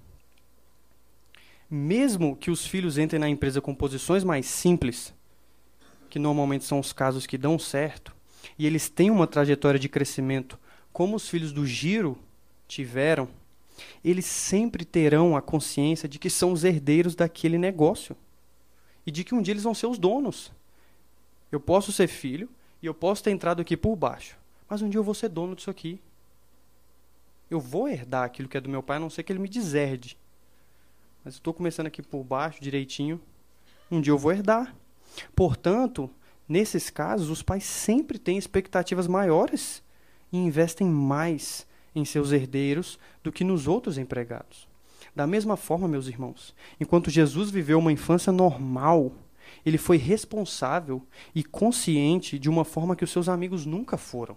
Mesmo que os filhos entrem na empresa com posições mais simples, que normalmente são os casos que dão certo, e eles têm uma trajetória de crescimento como os filhos do Giro tiveram, eles sempre terão a consciência de que são os herdeiros daquele negócio e de que um dia eles vão ser os donos. Eu posso ser filho e eu posso ter entrado aqui por baixo, mas um dia eu vou ser dono disso aqui. Eu vou herdar aquilo que é do meu pai, a não ser que ele me deserde. Mas eu estou começando aqui por baixo, direitinho. Um dia eu vou herdar. Portanto, nesses casos, os pais sempre têm expectativas maiores e investem mais em seus herdeiros do que nos outros empregados. Da mesma forma, meus irmãos, enquanto Jesus viveu uma infância normal, ele foi responsável e consciente de uma forma que os seus amigos nunca foram.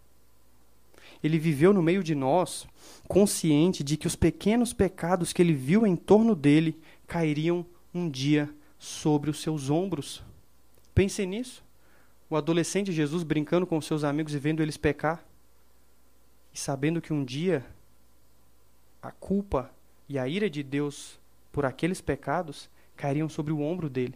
Ele viveu no meio de nós, consciente de que os pequenos pecados que ele viu em torno dele cairiam um dia sobre os seus ombros. Pense nisso. O adolescente Jesus brincando com os seus amigos e vendo eles pecar. E sabendo que um dia a culpa e a ira de Deus por aqueles pecados cairiam sobre o ombro dele.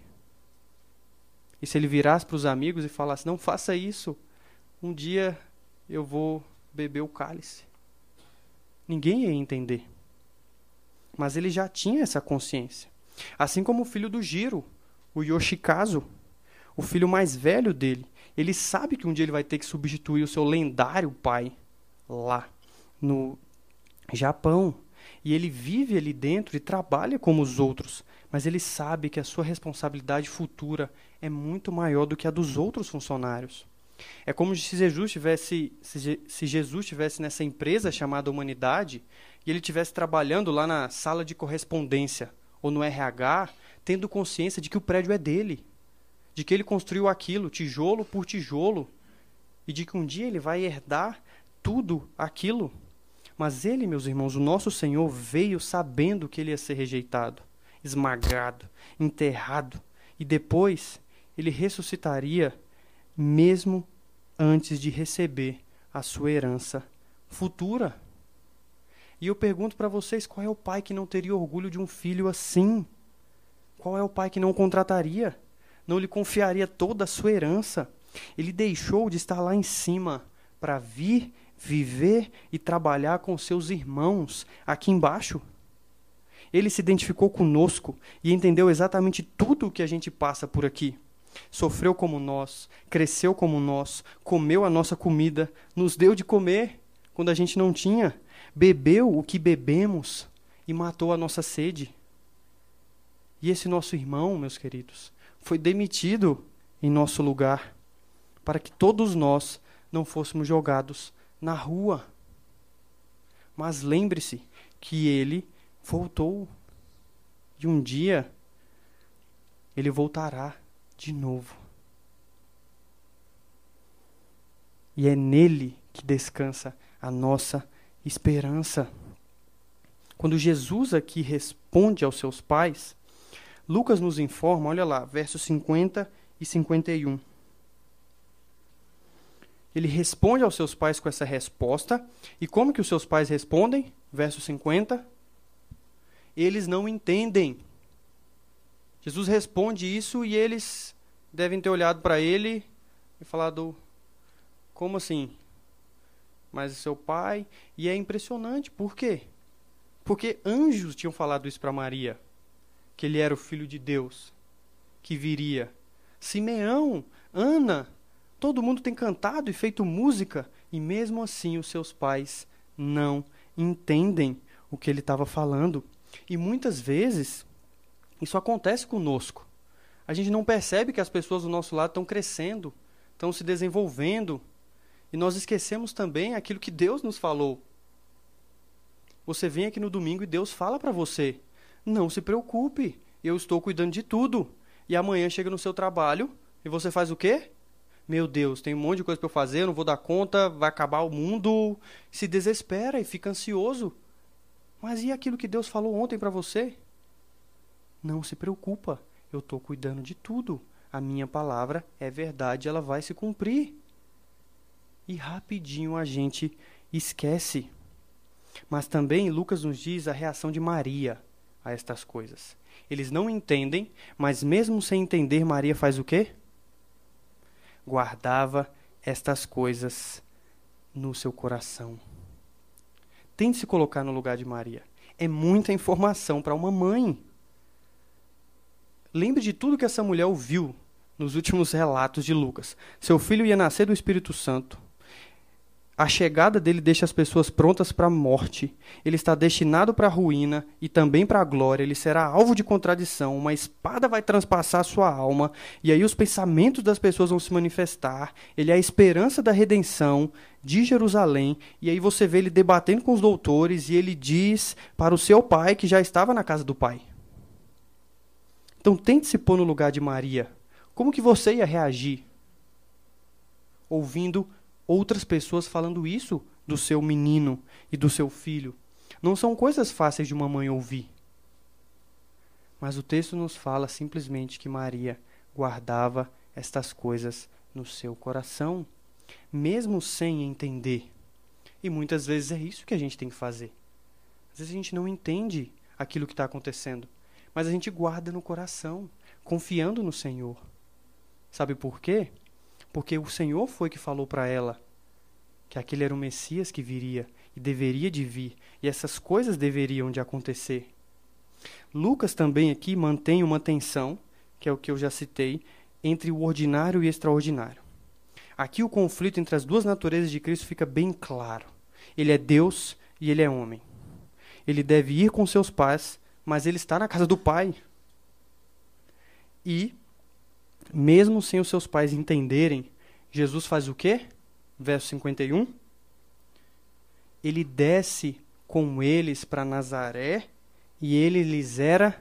E se ele virasse para os amigos e falasse, não faça isso, um dia eu vou beber o cálice. Ninguém ia entender. Mas ele já tinha essa consciência. Assim como o filho do Giro, o Yoshikazu, o filho mais velho dele. Ele sabe que um dia ele vai ter que substituir o seu lendário pai lá no Japão. E ele vive ali dentro e trabalha como os outros. Mas ele sabe que a sua responsabilidade futura é muito maior do que a dos outros funcionários. É como se Jesus tivesse, se Jesus tivesse nessa empresa chamada humanidade e ele estivesse trabalhando lá na sala de correspondência ou no R H, tendo consciência de que o prédio é dele, de que ele construiu aquilo, tijolo por tijolo, e de que um dia ele vai herdar tudo aquilo. Mas ele, meus irmãos, o nosso Senhor veio sabendo que ele ia ser rejeitado, esmagado, enterrado, e depois ele ressuscitaria mesmo antes de receber a sua herança futura. E eu pergunto para vocês, qual é o pai que não teria orgulho de um filho assim? Qual é o pai que não contrataria? Não lhe confiaria toda a sua herança? Ele deixou de estar lá em cima para vir, viver e trabalhar com seus irmãos aqui embaixo. Ele se identificou conosco e entendeu exatamente tudo o que a gente passa por aqui. Sofreu como nós, cresceu como nós, comeu a nossa comida, nos deu de comer quando a gente não tinha, bebeu o que bebemos e matou a nossa sede. E esse nosso irmão, meus queridos, foi demitido em nosso lugar para que todos nós não fôssemos jogados na rua. Mas lembre-se que ele voltou e um dia ele voltará de novo. E é nele que descansa a nossa esperança. Quando Jesus aqui responde aos seus pais, Lucas nos informa, olha lá, versos cinquenta e cinquenta e um. Ele responde aos seus pais com essa resposta. E como que os seus pais respondem? Verso cinquenta. Eles não entendem. Jesus responde isso e eles devem ter olhado para ele e falado, como assim? Mas seu pai... E é impressionante, por quê? Porque anjos tinham falado isso para Maria, que ele era o filho de Deus, que viria. Simeão, Ana, todo mundo tem cantado e feito música, e mesmo assim os seus pais não entendem o que ele estava falando. E muitas vezes isso acontece conosco. A gente não percebe que as pessoas do nosso lado estão crescendo, estão se desenvolvendo, e nós esquecemos também aquilo que Deus nos falou. Você vem aqui no domingo e Deus fala para você, não se preocupe, eu estou cuidando de tudo. E amanhã chega no seu trabalho e você faz o quê? Meu Deus, tem um monte de coisa para eu fazer, eu não vou dar conta, vai acabar o mundo. Se desespera e fica ansioso. Mas e aquilo que Deus falou ontem para você? Não se preocupa, eu estou cuidando de tudo. A minha palavra é verdade, ela vai se cumprir. E rapidinho a gente esquece. Mas também Lucas nos diz a reação de Maria a estas coisas. Eles não entendem, mas mesmo sem entender, Maria faz o quê? Guardava estas coisas no seu coração. Tente se colocar no lugar de Maria. É muita informação para uma mãe. Lembre de tudo que essa mulher ouviu nos últimos relatos de Lucas. Seu filho ia nascer do Espírito Santo. A chegada dele deixa as pessoas prontas para a morte. Ele está destinado para a ruína e também para a glória. Ele será alvo de contradição. Uma espada vai transpassar sua alma. E aí os pensamentos das pessoas vão se manifestar. Ele é a esperança da redenção de Jerusalém. E aí você vê ele debatendo com os doutores e ele diz para o seu pai que já estava na casa do pai. Então tente se pôr no lugar de Maria. Como que você ia reagir ouvindo outras pessoas falando isso do seu menino e do seu filho? Não são coisas fáceis de uma mãe ouvir. Mas o texto nos fala simplesmente que Maria guardava estas coisas no seu coração, mesmo sem entender. E muitas vezes é isso que a gente tem que fazer. Às vezes a gente não entende aquilo que está acontecendo, mas a gente guarda no coração, confiando no Senhor. Sabe por quê? Porque o Senhor foi que falou para ela que aquele era o Messias que viria e deveria de vir, e essas coisas deveriam de acontecer. Lucas também aqui mantém uma tensão, que é o que eu já citei, entre o ordinário e o extraordinário. Aqui o conflito entre as duas naturezas de Cristo fica bem claro. Ele é Deus e ele é homem. Ele deve ir com seus pais, mas ele está na casa do Pai. E, mesmo sem os seus pais entenderem, Jesus faz o quê? Verso cinquenta e um. Ele desce com eles para Nazaré e ele lhes era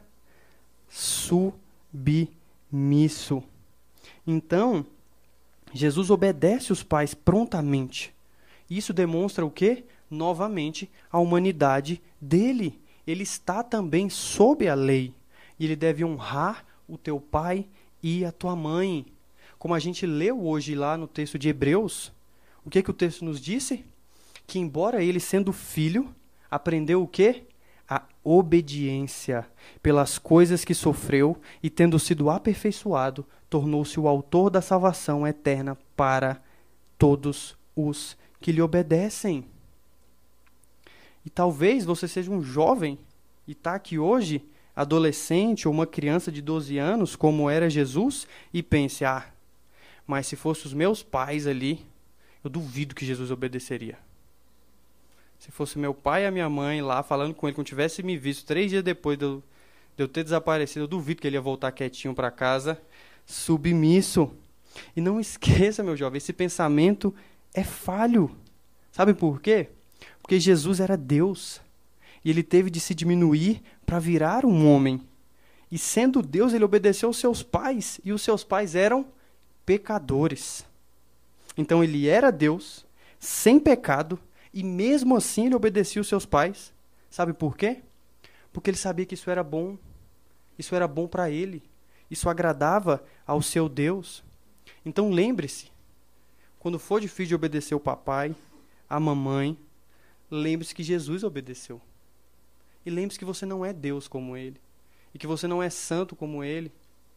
submisso. Então, Jesus obedece os pais prontamente. Isso demonstra o quê? Novamente, a humanidade dele. Ele está também sob a lei. E ele deve honrar o teu pai e a tua mãe. Como a gente leu hoje lá no texto de Hebreus, o que, que o texto nos disse? Que embora ele, sendo filho, aprendeu o quê? A obediência pelas coisas que sofreu e, tendo sido aperfeiçoado, tornou-se o autor da salvação eterna para todos os que lhe obedecem. E talvez você seja um jovem e está aqui hoje, adolescente ou uma criança de doze anos, como era Jesus, e pense, ah, mas se fossem os meus pais ali, eu duvido que Jesus obedeceria. Se fosse meu pai e a minha mãe lá falando com ele, quando tivesse me visto três dias depois de eu, de eu ter desaparecido, eu duvido que ele ia voltar quietinho para casa, submisso. E não esqueça, meu jovem, esse pensamento é falho. Sabe por quê? Porque Jesus era Deus. E ele teve de se diminuir para virar um homem. E sendo Deus, ele obedeceu aos seus pais. E os seus pais eram pecadores. Então ele era Deus, sem pecado, e mesmo assim ele obedecia os seus pais. Sabe por quê? Porque ele sabia que isso era bom. Isso era bom para ele. Isso agradava ao seu Deus. Então lembre-se, quando for difícil de obedecer o papai, a mamãe, lembre-se que Jesus obedeceu. E lembre-se que você não é Deus como ele. E que você não é santo como ele.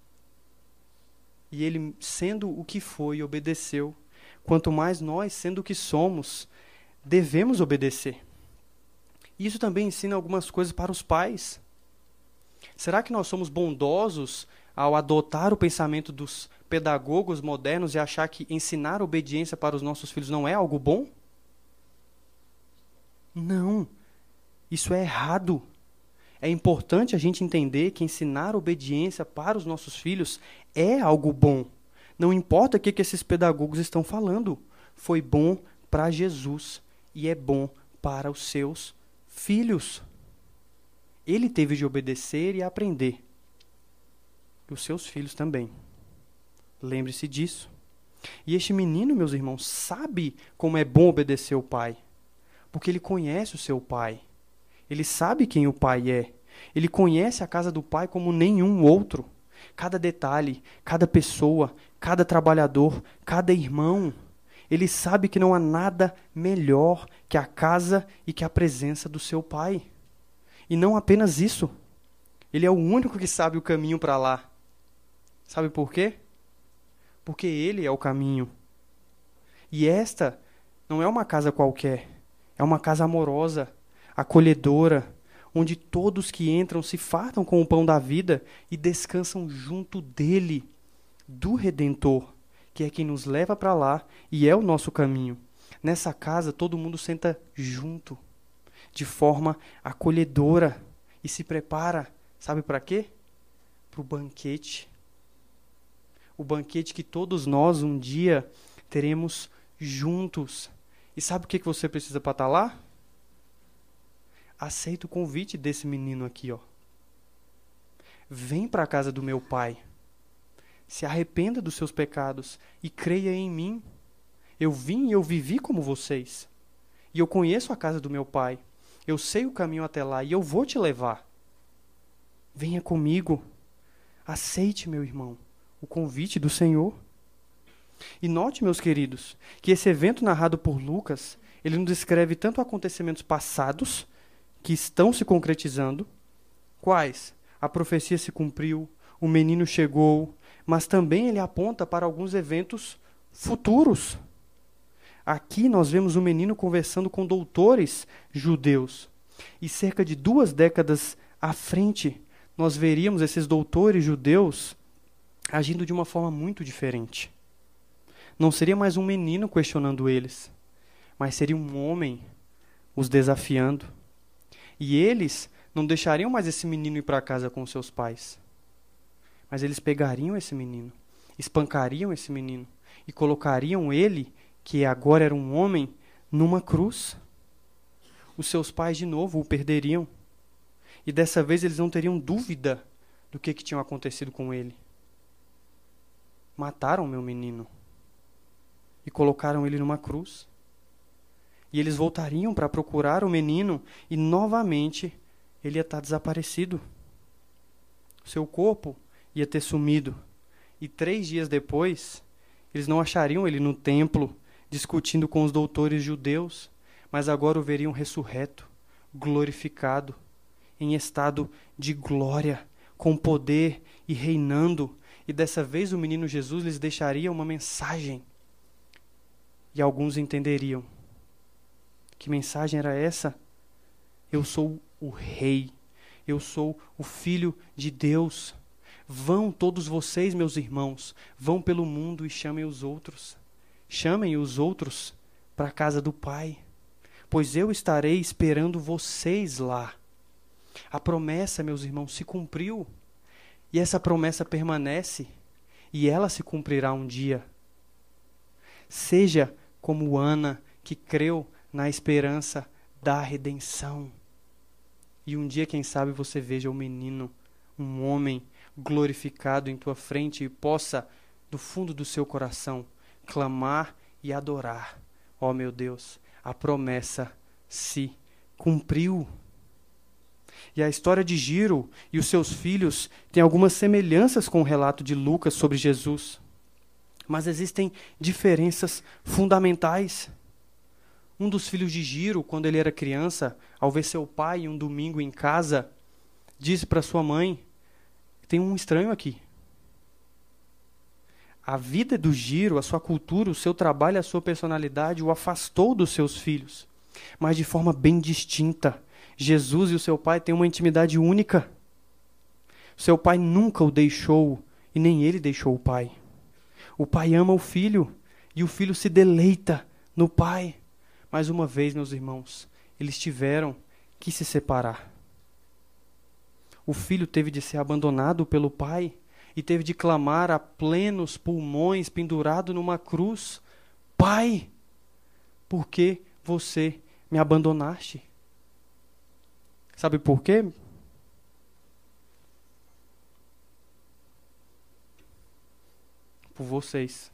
E ele, sendo o que foi, obedeceu. Quanto mais nós, sendo o que somos, devemos obedecer. Isso também ensina algumas coisas para os pais. Será que nós somos bondosos ao adotar o pensamento dos pedagogos modernos e achar que ensinar obediência para os nossos filhos não é algo bom? Não. Isso é errado. É importante a gente entender que ensinar obediência para os nossos filhos é algo bom. Não importa o que, que esses pedagogos estão falando. Foi bom para Jesus e é bom para os seus filhos. Ele teve de obedecer e aprender. E os seus filhos também. Lembre-se disso. E este menino, meus irmãos, sabe como é bom obedecer o pai. Porque ele conhece o seu pai. Ele sabe quem o pai é. Ele conhece a casa do pai como nenhum outro. Cada detalhe, cada pessoa, cada trabalhador, cada irmão. Ele sabe que não há nada melhor que a casa e que a presença do seu pai. E não apenas isso. Ele é o único que sabe o caminho para lá. Sabe por quê? Porque ele é o caminho. E esta não é uma casa qualquer, é uma casa amorosa, acolhedora, onde todos que entram se fartam com o pão da vida e descansam junto dele, do Redentor, que é quem nos leva para lá e é o nosso caminho. Nessa casa, todo mundo senta junto, de forma acolhedora, e se prepara, sabe para quê? Para o banquete. O banquete que todos nós um dia teremos juntos. E sabe o que você precisa para estar lá? Aceita o convite desse menino aqui, ó. Vem para a casa do meu pai. Se arrependa dos seus pecados e creia em mim. Eu vim e eu vivi como vocês. E eu conheço a casa do meu pai. Eu sei o caminho até lá e eu vou te levar. Venha comigo. Aceite, meu irmão, o convite do Senhor. E note, meus queridos, que esse evento narrado por Lucas, ele nos descreve tanto acontecimentos passados, que estão se concretizando, quais? A profecia se cumpriu, o menino chegou, mas também ele aponta para alguns eventos futuros. Aqui nós vemos o menino conversando com doutores judeus. E cerca de duas décadas à frente, nós veríamos esses doutores judeus agindo de uma forma muito diferente. Não seria mais um menino questionando eles, mas seria um homem os desafiando. E eles não deixariam mais esse menino ir para casa com seus pais. Mas eles pegariam esse menino, espancariam esse menino e colocariam ele, que agora era um homem, numa cruz. Os seus pais de novo o perderiam. E dessa vez eles não teriam dúvida do que, que tinha acontecido com ele. Mataram meu menino e colocaram ele numa cruz. E eles voltariam para procurar o menino e novamente ele ia estar desaparecido. Seu corpo ia ter sumido. E três dias depois, eles não achariam ele no templo, discutindo com os doutores judeus, mas agora o veriam ressurreto, glorificado, em estado de glória, com poder e reinando. E dessa vez o menino Jesus lhes deixaria uma mensagem. E alguns entenderiam. Que mensagem era essa? Eu sou o rei. Eu sou o filho de Deus. Vão todos vocês, meus irmãos, vão pelo mundo e chamem os outros. Chamem os outros para a casa do Pai, pois eu estarei esperando vocês lá. A promessa, meus irmãos, se cumpriu. E essa promessa permanece. E ela se cumprirá um dia. Seja como Ana, que creu na esperança da redenção. E um dia, quem sabe, você veja o menino, um homem glorificado em tua frente e possa, do fundo do seu coração, clamar e adorar. Ó meu Deus, a promessa se cumpriu. E a história de Giro e os seus filhos tem algumas semelhanças com o relato de Lucas sobre Jesus. Mas existem diferenças fundamentais. Um dos filhos de Giro, quando ele era criança, ao ver seu pai um domingo em casa, disse para sua mãe: tem um estranho aqui. A vida do Giro, a sua cultura, o seu trabalho, a sua personalidade o afastou dos seus filhos, mas de forma bem distinta. Jesus e o seu pai têm uma intimidade única. Seu pai nunca o deixou e nem ele deixou o pai. O pai ama o filho e o filho se deleita no pai. Mais uma vez, meus irmãos, eles tiveram que se separar. O filho teve de ser abandonado pelo pai e teve de clamar a plenos pulmões, pendurado numa cruz: Pai, por que você me abandonaste? Sabe por quê? Por vocês.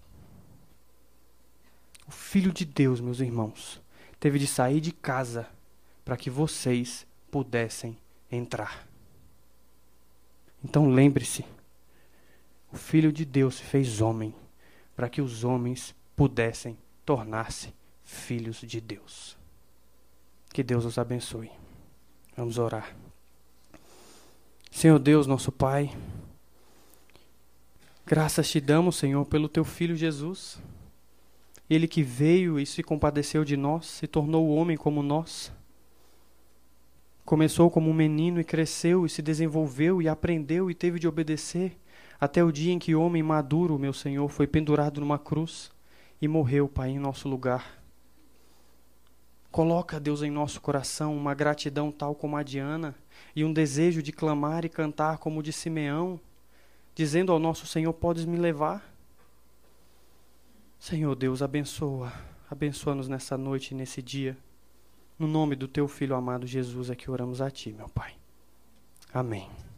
O Filho de Deus, meus irmãos, teve de sair de casa para que vocês pudessem entrar. Então lembre-se, o Filho de Deus se fez homem para que os homens pudessem tornar-se filhos de Deus. Que Deus os abençoe. Vamos orar. Senhor Deus, nosso Pai, graças te damos, Senhor, pelo teu Filho Jesus. Ele que veio e se compadeceu de nós, se tornou homem como nós. Começou como um menino e cresceu e se desenvolveu e aprendeu e teve de obedecer, até o dia em que homem maduro, meu Senhor, foi pendurado numa cruz e morreu, Pai, em nosso lugar. Coloca, Deus, em nosso coração uma gratidão tal como a de Ana e um desejo de clamar e cantar como o de Simeão, dizendo ao nosso Senhor, podes me levar? Senhor Deus, abençoa, abençoa-nos nessa noite e nesse dia. No nome do Teu Filho amado Jesus é que oramos a Ti, meu Pai. Amém.